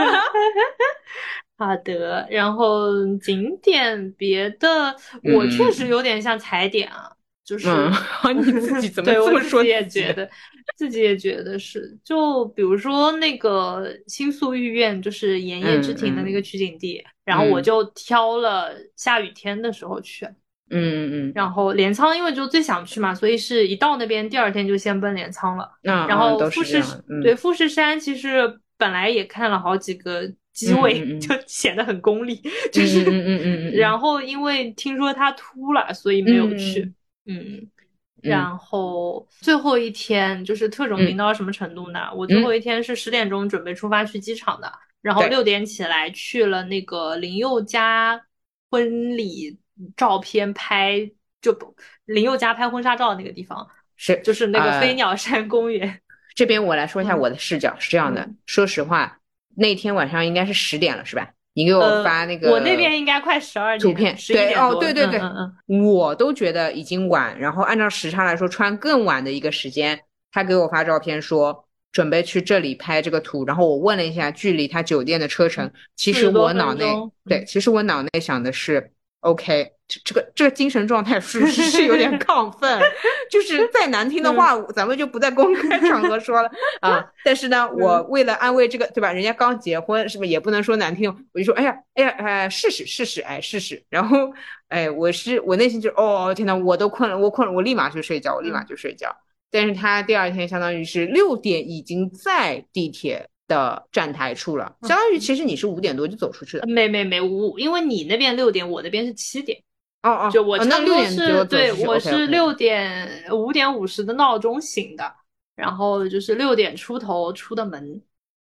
好的，然后景点别的，嗯、我确实有点像踩点啊，就是、 嗯、你自己怎么这么说？ 对我自己也觉得，自己也觉得是。就比如说那个新宿御苑，就是盐业之庭的那个取景地，嗯、然后我就挑了下雨天的时候去。 嗯嗯， 然后镰仓因为就最想去嘛，所以是一到那边第二天就先奔镰仓了。 嗯、 然后富士、 嗯、 对富士山其实本来也看了好几个。机位、 嗯嗯嗯、 就显得很功利，就是， 嗯嗯嗯嗯、 然后因为听说它秃了，所以没有去，嗯，嗯然后最后一天就是特种兵到什么程度呢？嗯、我最后一天是十点钟准备出发去机场的，然后六点起来去了那个林宥嘉婚礼照片拍，就林宥嘉拍婚纱照的那个地方， 是就是那个飞鸟山公园。呃、 这边我来说一下我的视角，嗯、是这样的，嗯、说实话。那天晚上应该是十点了，是吧？你给我发那个、 呃，我那边应该快十二点， 图片， 对哦，对对对， 嗯嗯嗯， 我都觉得已经晚，然后按照时差来说，穿更晚的一个时间，他给我发照片说准备去这里拍这个图，然后我问了一下距离他酒店的车程，其实我脑内对，其实我脑内想的是 OK。这个这个精神状态是不是是有点亢奋？就是再难听的话，嗯、咱们就不在公开场合说了啊。但是呢，我为了安慰这个，对吧？人家刚结婚，是不是也不能说难听？我就说，哎呀，哎呀，哎，试试试试，哎，试试。然后，哎，我是我内心就，哦，天哪，我都困了，我困了，我立马去睡觉，我立马就睡觉。嗯、但是他第二天相当于是六点已经在地铁的站台处了，相当于其实你是五点多就走出去了。 没没没，五，因为你那边六点，我那边是七点。 哦哦， 就我差不多是、 哦、 对，我是六 OK, 点五点五十的闹钟醒的，然后就是六点出头出的门。 对，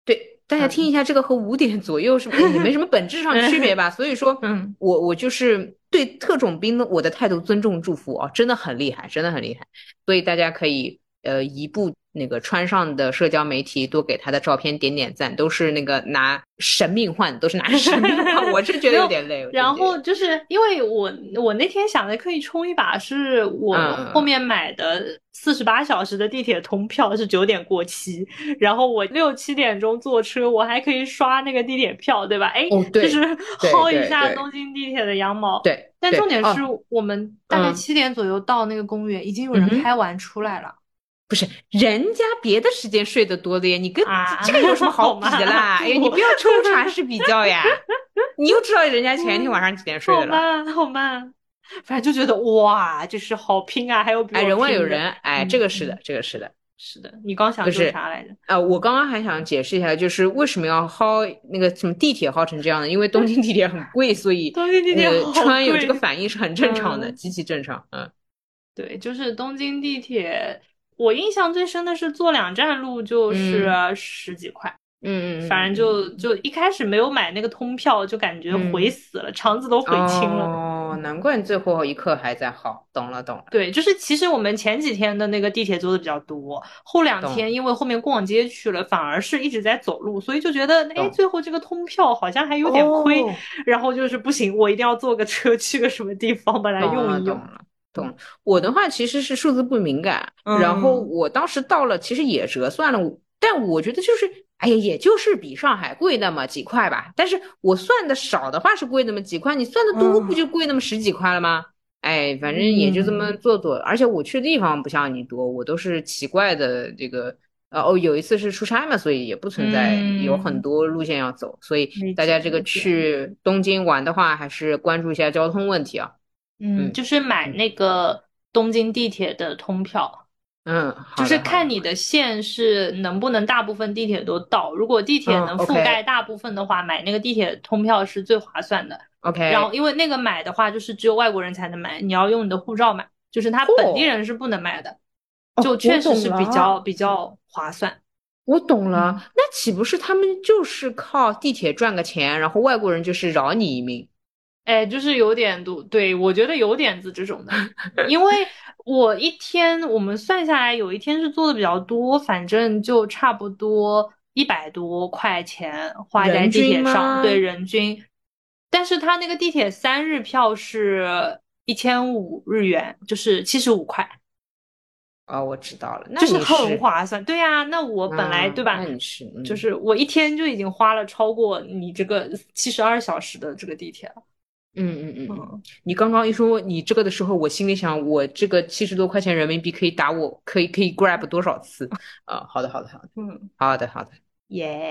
大家听一下，这个和五点左右是也没什么本质上区别吧？所以说， 嗯， 我我就是对特种兵的我的态度尊重祝福啊，真的很厉害，真的很厉害。所以大家可以呃移步那个川上的社交媒体，多给他的照片点点赞，都是那个拿神命换，都是拿神命换，我是觉得有点累。 然后就是因为我我那天想着可以冲一把，是我后面买的四十八小时的地铁通票是九点过期，然后我六七点钟坐车，我还可以刷那个地铁票，对吧？哎， 哦、对就是薅一下东京地铁的羊毛。 对， 但重点是我们大概嗯七点左右到那个公园，已经有人拍完出来了。 不是人家别的时间睡得多的呀，你跟、 啊、 这个有什么好比的啦？哎呀，你不要抽查式比较呀，你又知道人家前一天晚上几点睡的了。 好吧，好吧，反正就觉得哇，就是好拼啊，还有比我哎，人外有拼的人，哎， 嗯这个是的，这个是的， 是的。你刚想说啥来着？ 呃，我刚刚还想解释一下，就是为什么要薅那个什么地铁薅成这样的？因为东京地铁很贵，所以东京地铁呃好川有这个贵反应是很正常的， 嗯极其正常。嗯， 对，就是东京地铁，我印象最深的是坐两站路就是十几块。 嗯嗯， 反正就就一开始没有买那个通票，就感觉悔死了，肠子都悔青了。 哦，难怪你最后一刻还在薅，懂了懂了。 对，就是其实我们前几天的那个地铁坐的比较多，后两天因为后面逛街去了，反而是一直在走路，所以就觉得哎，最后这个通票好像还有点亏， 哦、 然后就是不行，我一定要坐个车去个什么地方把它用一用。 懂了懂了。我的话其实是数字不敏感， 嗯、 然后我当时到了，其实也折算了，但我觉得就是哎呀，也就是比上海贵那么几块吧。但是我算的少的话是贵那么几块，你算的多不就贵那么十几块了吗？嗯、哎，反正也就这么做做。嗯、而且我去的地方不像你多，我都是奇怪的这个。呃哦，有一次是出差嘛，所以也不存在有很多路线要走，嗯、所以大家这个去东京玩的话，还是关注一下交通问题啊。 嗯，就是买那个东京地铁的通票。 嗯， 就是看你的线是能不能大部分地铁都到，如果地铁能覆盖大部分的话，嗯、买那个地铁通票是最划算的。 OK， 然后因为那个买的话，就是只有外国人才能买，你要用你的护照买，就是他本地人是不能买的， 哦、 就确实是比较、哦、比较划算。 我懂了，嗯、那岂不是他们就是靠地铁赚个钱，然后外国人就是饶你一命？ 哎，就是有点度，对，我觉得有点子这种的，因为我一天我们算下来，有一天是做的比较多，反正就差不多一百多块钱花在地铁上，对，人均。但是他那个地铁三日票是一千五日元，就是七十五块。 哦，我知道了，那就是很划算。对呀、啊，那我本来、 嗯、 对吧？ 那你是、嗯、 就是我一天就已经花了超过你这个七十二小时的这个地铁了。 嗯嗯嗯嗯，你刚刚一说你这个的时候，我心里想，我这个七十多块钱人民币可以打我，可以可以 grab 多少次？啊、呃，好的好的好的， 嗯， 好的好的， 耶、yeah ，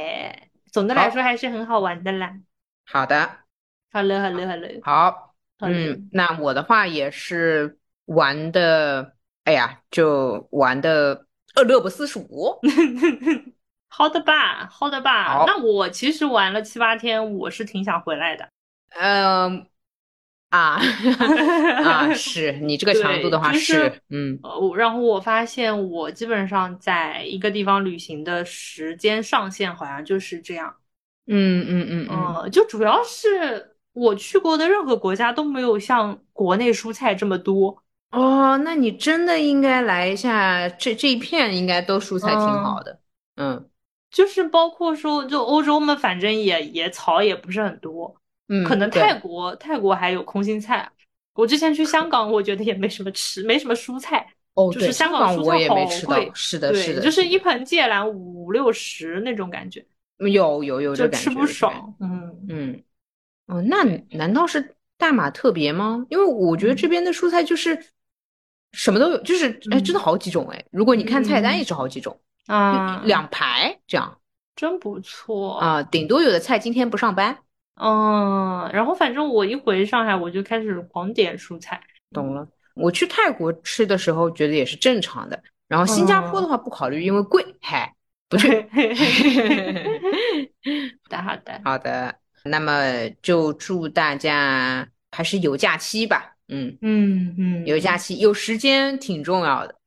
总的来说还是很好玩的啦。 好的， 好了好了好了， 好， 好嗯，那我的话也是玩的，哎呀，就玩的呃乐不思蜀。 好的吧，好的吧。那我其实玩了七八天，我是挺想回来的。 嗯、呃。啊啊，是你这个强度的话、 就是是嗯、 呃，然后我发现我基本上在一个地方旅行的时间上限好像就是这样。 嗯嗯嗯嗯、呃，就主要是我去过的任何国家都没有像国内蔬菜这么多。 哦，那你真的应该来一下，这这一片应该都蔬菜挺好的。嗯，嗯就是包括说，就欧洲嘛，反正也也草也不是很多。 嗯， 可能泰国泰国还有空心菜。我之前去香港，我觉得也没什么吃，没什么蔬菜。 哦， 就是香港蔬菜好贵。是的，是的， 就是一盆芥蓝五六十那种感觉。 有有有就吃不爽。嗯嗯，哦，那难道是大马特别吗？因为我觉得这边的蔬菜就是什么都有，就是哎，真的好几种哎。如果你看菜单也是好几种啊， 两排这样， 真不错啊。顶多有的菜今天不上班。 嗯，然后反正我一回上海，我就开始狂点蔬菜。 懂了，我去泰国吃的时候觉得也是正常的，然后新加坡的话不考虑，因为贵，嗨，不去。 好的，好的， 好的，那么就祝大家还是有假期吧。嗯嗯嗯， 有假期有时间挺重要的。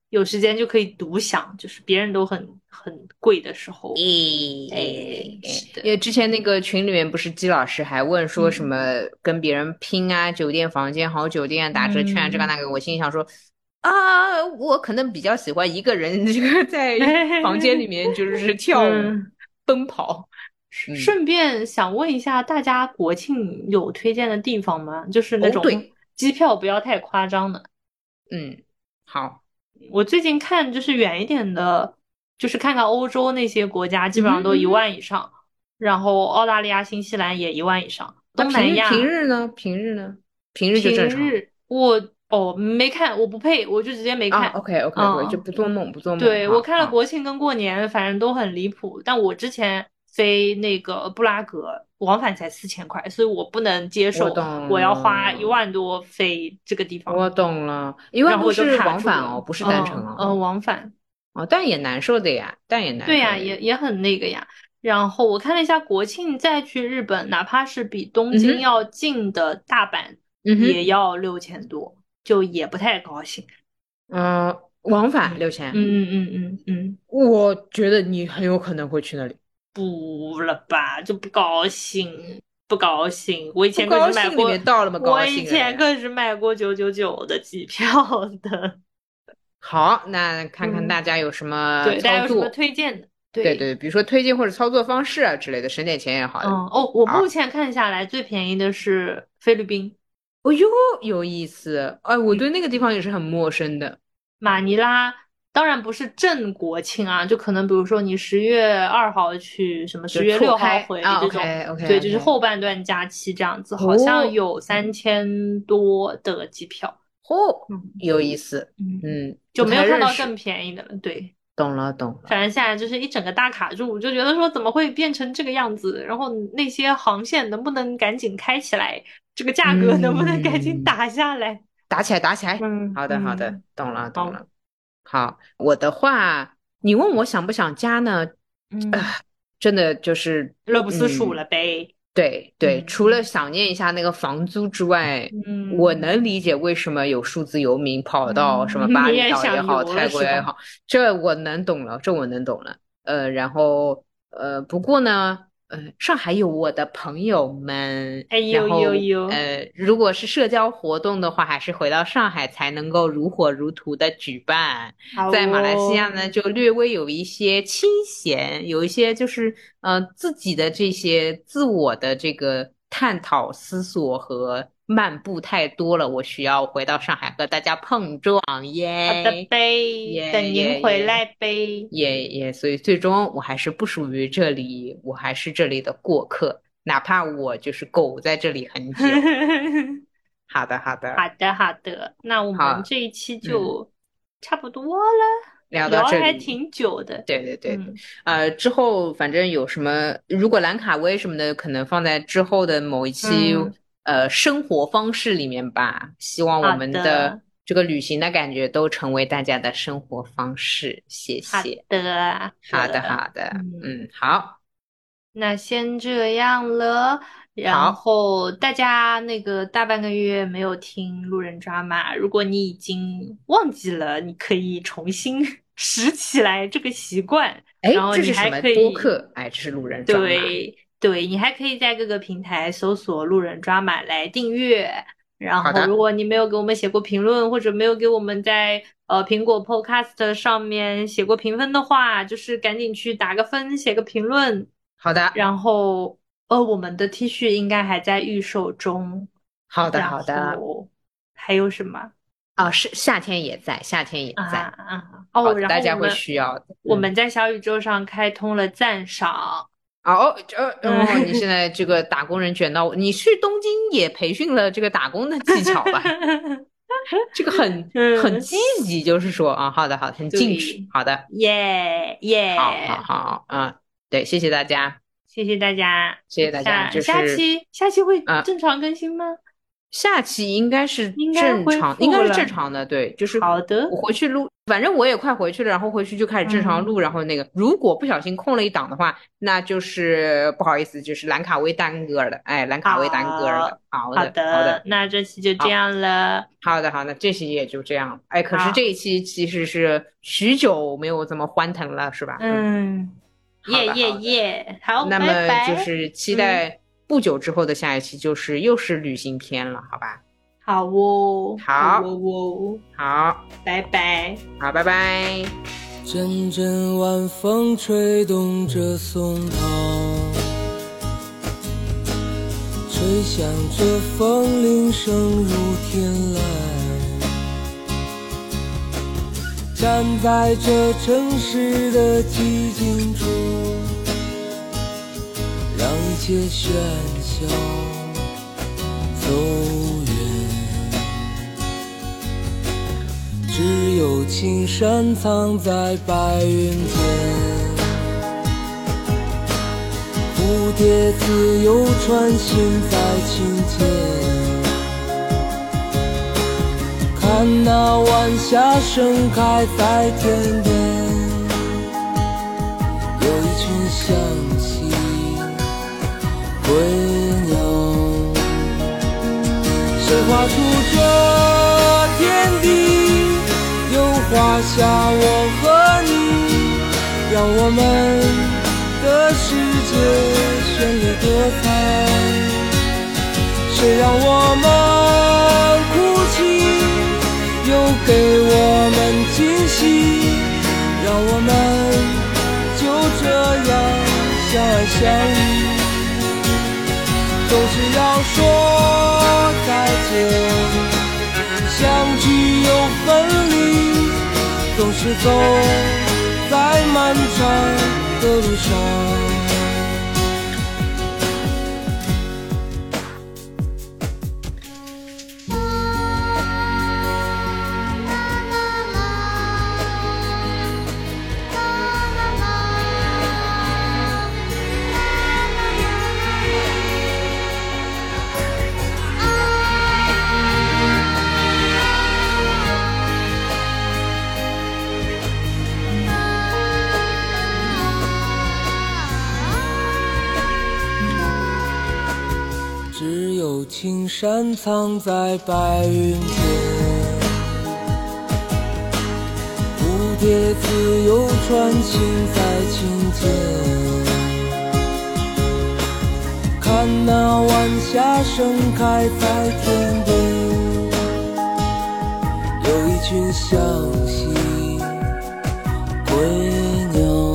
有时间就可以独享，就是别人都很很贵的时候。 诶哎， 诶， 是的， 因为之前那个群里面不是姬老师还问说什嗯么跟别人拼啊，酒店房间、好酒店打折券啊这个嗯， 那个，我心里想说啊，我可能比较喜欢一个人这个在房间里面就是跳舞、 嗯， 奔跑。嗯， 顺便想问一下，大家国庆有推荐的地方吗？就是那哦种对， 机票不要太夸张的。 嗯，好， 我最近看就是远一点的，就是看看欧洲那些国家，基嗯本上都一哼嗯哼， 万以上，然后澳大利亚、新西兰也一万以上，东那平日平南亚日呢？平日呢？平日就正常平日我哦没看，我不配，我就直接没啊。 看。 OK OK OK，就嗯， 不做梦不做梦， 对，我看了好好， 国庆跟过年，反正都很离谱。但我之前飞那个布拉格往返才四千块，所以我不能接我受我要懂花一了。 万多飞这个地方， 我懂了，一万然后我就多是卡住了。 往返哦，不是单程嗯嗯， 哦。 往返。 哦，但也难受的呀，但也难对呀， 受的呀。 也也很那个呀。然后我看了一下国庆再去日本，哪怕是比东嗯哼， 京要近的大阪， 嗯哼， 也要六千多，就也不太高兴。 嗯、往返嗯六千， 嗯嗯嗯嗯嗯， 我觉得你很有可能会去那里。 不了吧，就不高兴，不高兴。我以前可是不高买过， 兴里面到了么高我以兴了呀？ 前可是买过九九九的机票的。 好，那看看嗯， 大家有什么对，大家有什么操作？ 推荐的？对。 对对，比如说推荐或者操作方式啊之类的，省点钱也好的。 嗯，哦，我目好， 前看下来最便宜的是菲律宾。 哦哟，有意思。哎，我嗯。 对那个地方也是很陌生的。 马尼拉当然不是正国庆啊，就可能比如说你十月二号去，什么十就月六号错开啊回这种， ，OK OK 对，就是 OK， 后半段假期这样子，好像哦， 有三千多的机票。 嚯， 嗯有意思， 嗯， 嗯，不太就没有看到更认识， 便宜的了。对， 懂了懂了， 反正现在就是一整个大卡住，就觉得说怎么会变成这个样子？然后那些航线能不能赶紧开起来？这个价格能不能赶紧嗯， 打下来？ 打起来打起来， 嗯好的好的， 嗯， 懂了懂好， 了，好，我的话，你问我想不想加呢？呃， 嗯。 真的就是， 乐不思蜀嗯， 了呗。 对对，除了嗯想念一下那个房租之外，我能嗯理解为什么有数字游民跑到什么嗯，你巴厘也想岛也好， 游了是吧？ 泰国也好，这我能懂了，这我能懂了。呃，然后呃，不过呢，呃，上海有我的朋友们，然哎呦呦后呦， 呃，如果是社交活动的话，还是回到上海才能够如火如荼的举办。 好在马来西亚哦， 呢，就略微有一些清闲，有一些就是呃自己的这些自我的这个探讨、思索和漫步太多了，我需要回到上海和大家碰撞好的耶呗， 耶等您耶耶回来呗。 耶耶！所以最终我还是不属于这里，我还是这里的过客，哪怕我就是苟在这里很久。好的，好的， 好的好的，那我们好， 这一期嗯， 就差不多了， 聊到聊了这里。 还挺久的。 对对对对， 嗯呃，之后反正有什么，如果兰卡威什么的，可能放在之后的某一期， 嗯， 呃，生活方式里面吧。希望我好们的的这个旅行的感觉都成为大家的生活方式。谢好谢。 的好好的， 的， 好的， 嗯。 嗯，好， 那先这样了，然好， 后大家那个大半个月没有听路人抓马，如果你已经忘记了，你可以重新拾起来这个习惯，然哎， 后你还这是什么可以， 播客？哎，这是路人抓马。 对对，你还可以在各个平台搜索路人抓马来订阅。然后，如好的， 果你没有给我们写过评论，或者没有给我们在呃苹果 Podcast 上面写过评分的话，就是赶紧去打个分，写个评论。 好的， 然后，呃，我们的 T 恤应该还在预售中。 好的， 然好的。 后还有什么啊，是夏天也在，夏天也啊在。 啊？哦， 好的， 然大家会后我们需要的。嗯。 我们在小宇宙上开通了赞赏。 哦，呃，哦，你现嗯， 在这个打工人卷到，你去东京也培训了这个打工的技巧吧？这个很很嗯， 积极，就是说啊，好的，好的，很进取， 对， 好的， 耶好，好， 耶， 好，嗯，对，谢谢大家， 谢谢大家。 谢谢大家， 下就是， 下期下期会啊， 正常更新吗？ 下期应该是应该正常，应该是正常的，对，就是好的。 我回去录，反正我也快回去了，然后回去就开始正常录， 嗯、 然后那个如果不小心空了一档的话，那就是不好意思，就是兰卡威耽搁了，哎，兰卡威耽搁了。好的， 好的， 好的， 那这期就这样了。 好的，好的，这期也就这样。哎，可是好这一期其实是许久没有这么欢腾了，是吧？ 嗯，耶耶耶，好， 那么拜拜。 就是期待不久之后的下一期，就是又是旅行篇了，好吧？ 好哦， 好哦哦， 好， 拜拜， 好，拜拜。 阵阵晚风吹动着松涛，吹响着风铃声如天籁，站在这城市的寂静处，让一切喧嚣走远，只有青山藏在白云间，蝴蝶自由穿行在清间，看那晚霞盛开在天边，有一群向西归鸟，谁画出这天地，又画下我和你，让我们的世界绚丽多彩，谁让我们哭泣，又给我们惊喜，让我们就这样相爱相依，总是要说再见，相聚又分离，总是走在漫长的路上。只有青山藏在白云间，蝴蝶自由穿行在清间，看那晚霞盛开在天边，有一群向西归鸟，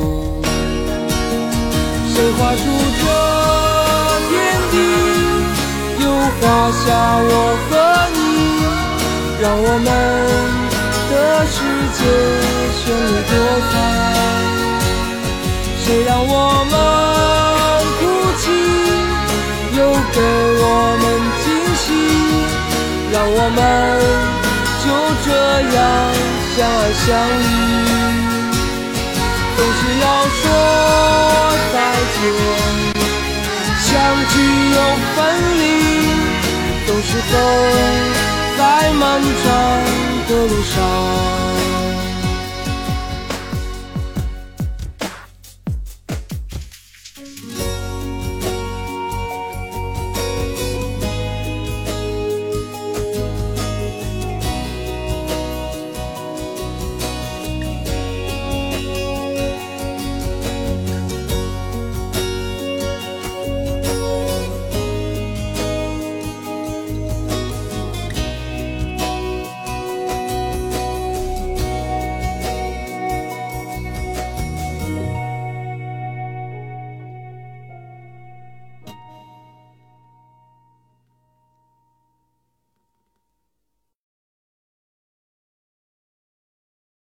谁画出这天地，画下我和你，让我们的世界绚丽多彩，谁让我们哭泣，又给我们惊喜，让我们就这样相爱相依，总是要说再见，相聚又分离，总是走在漫长的路上。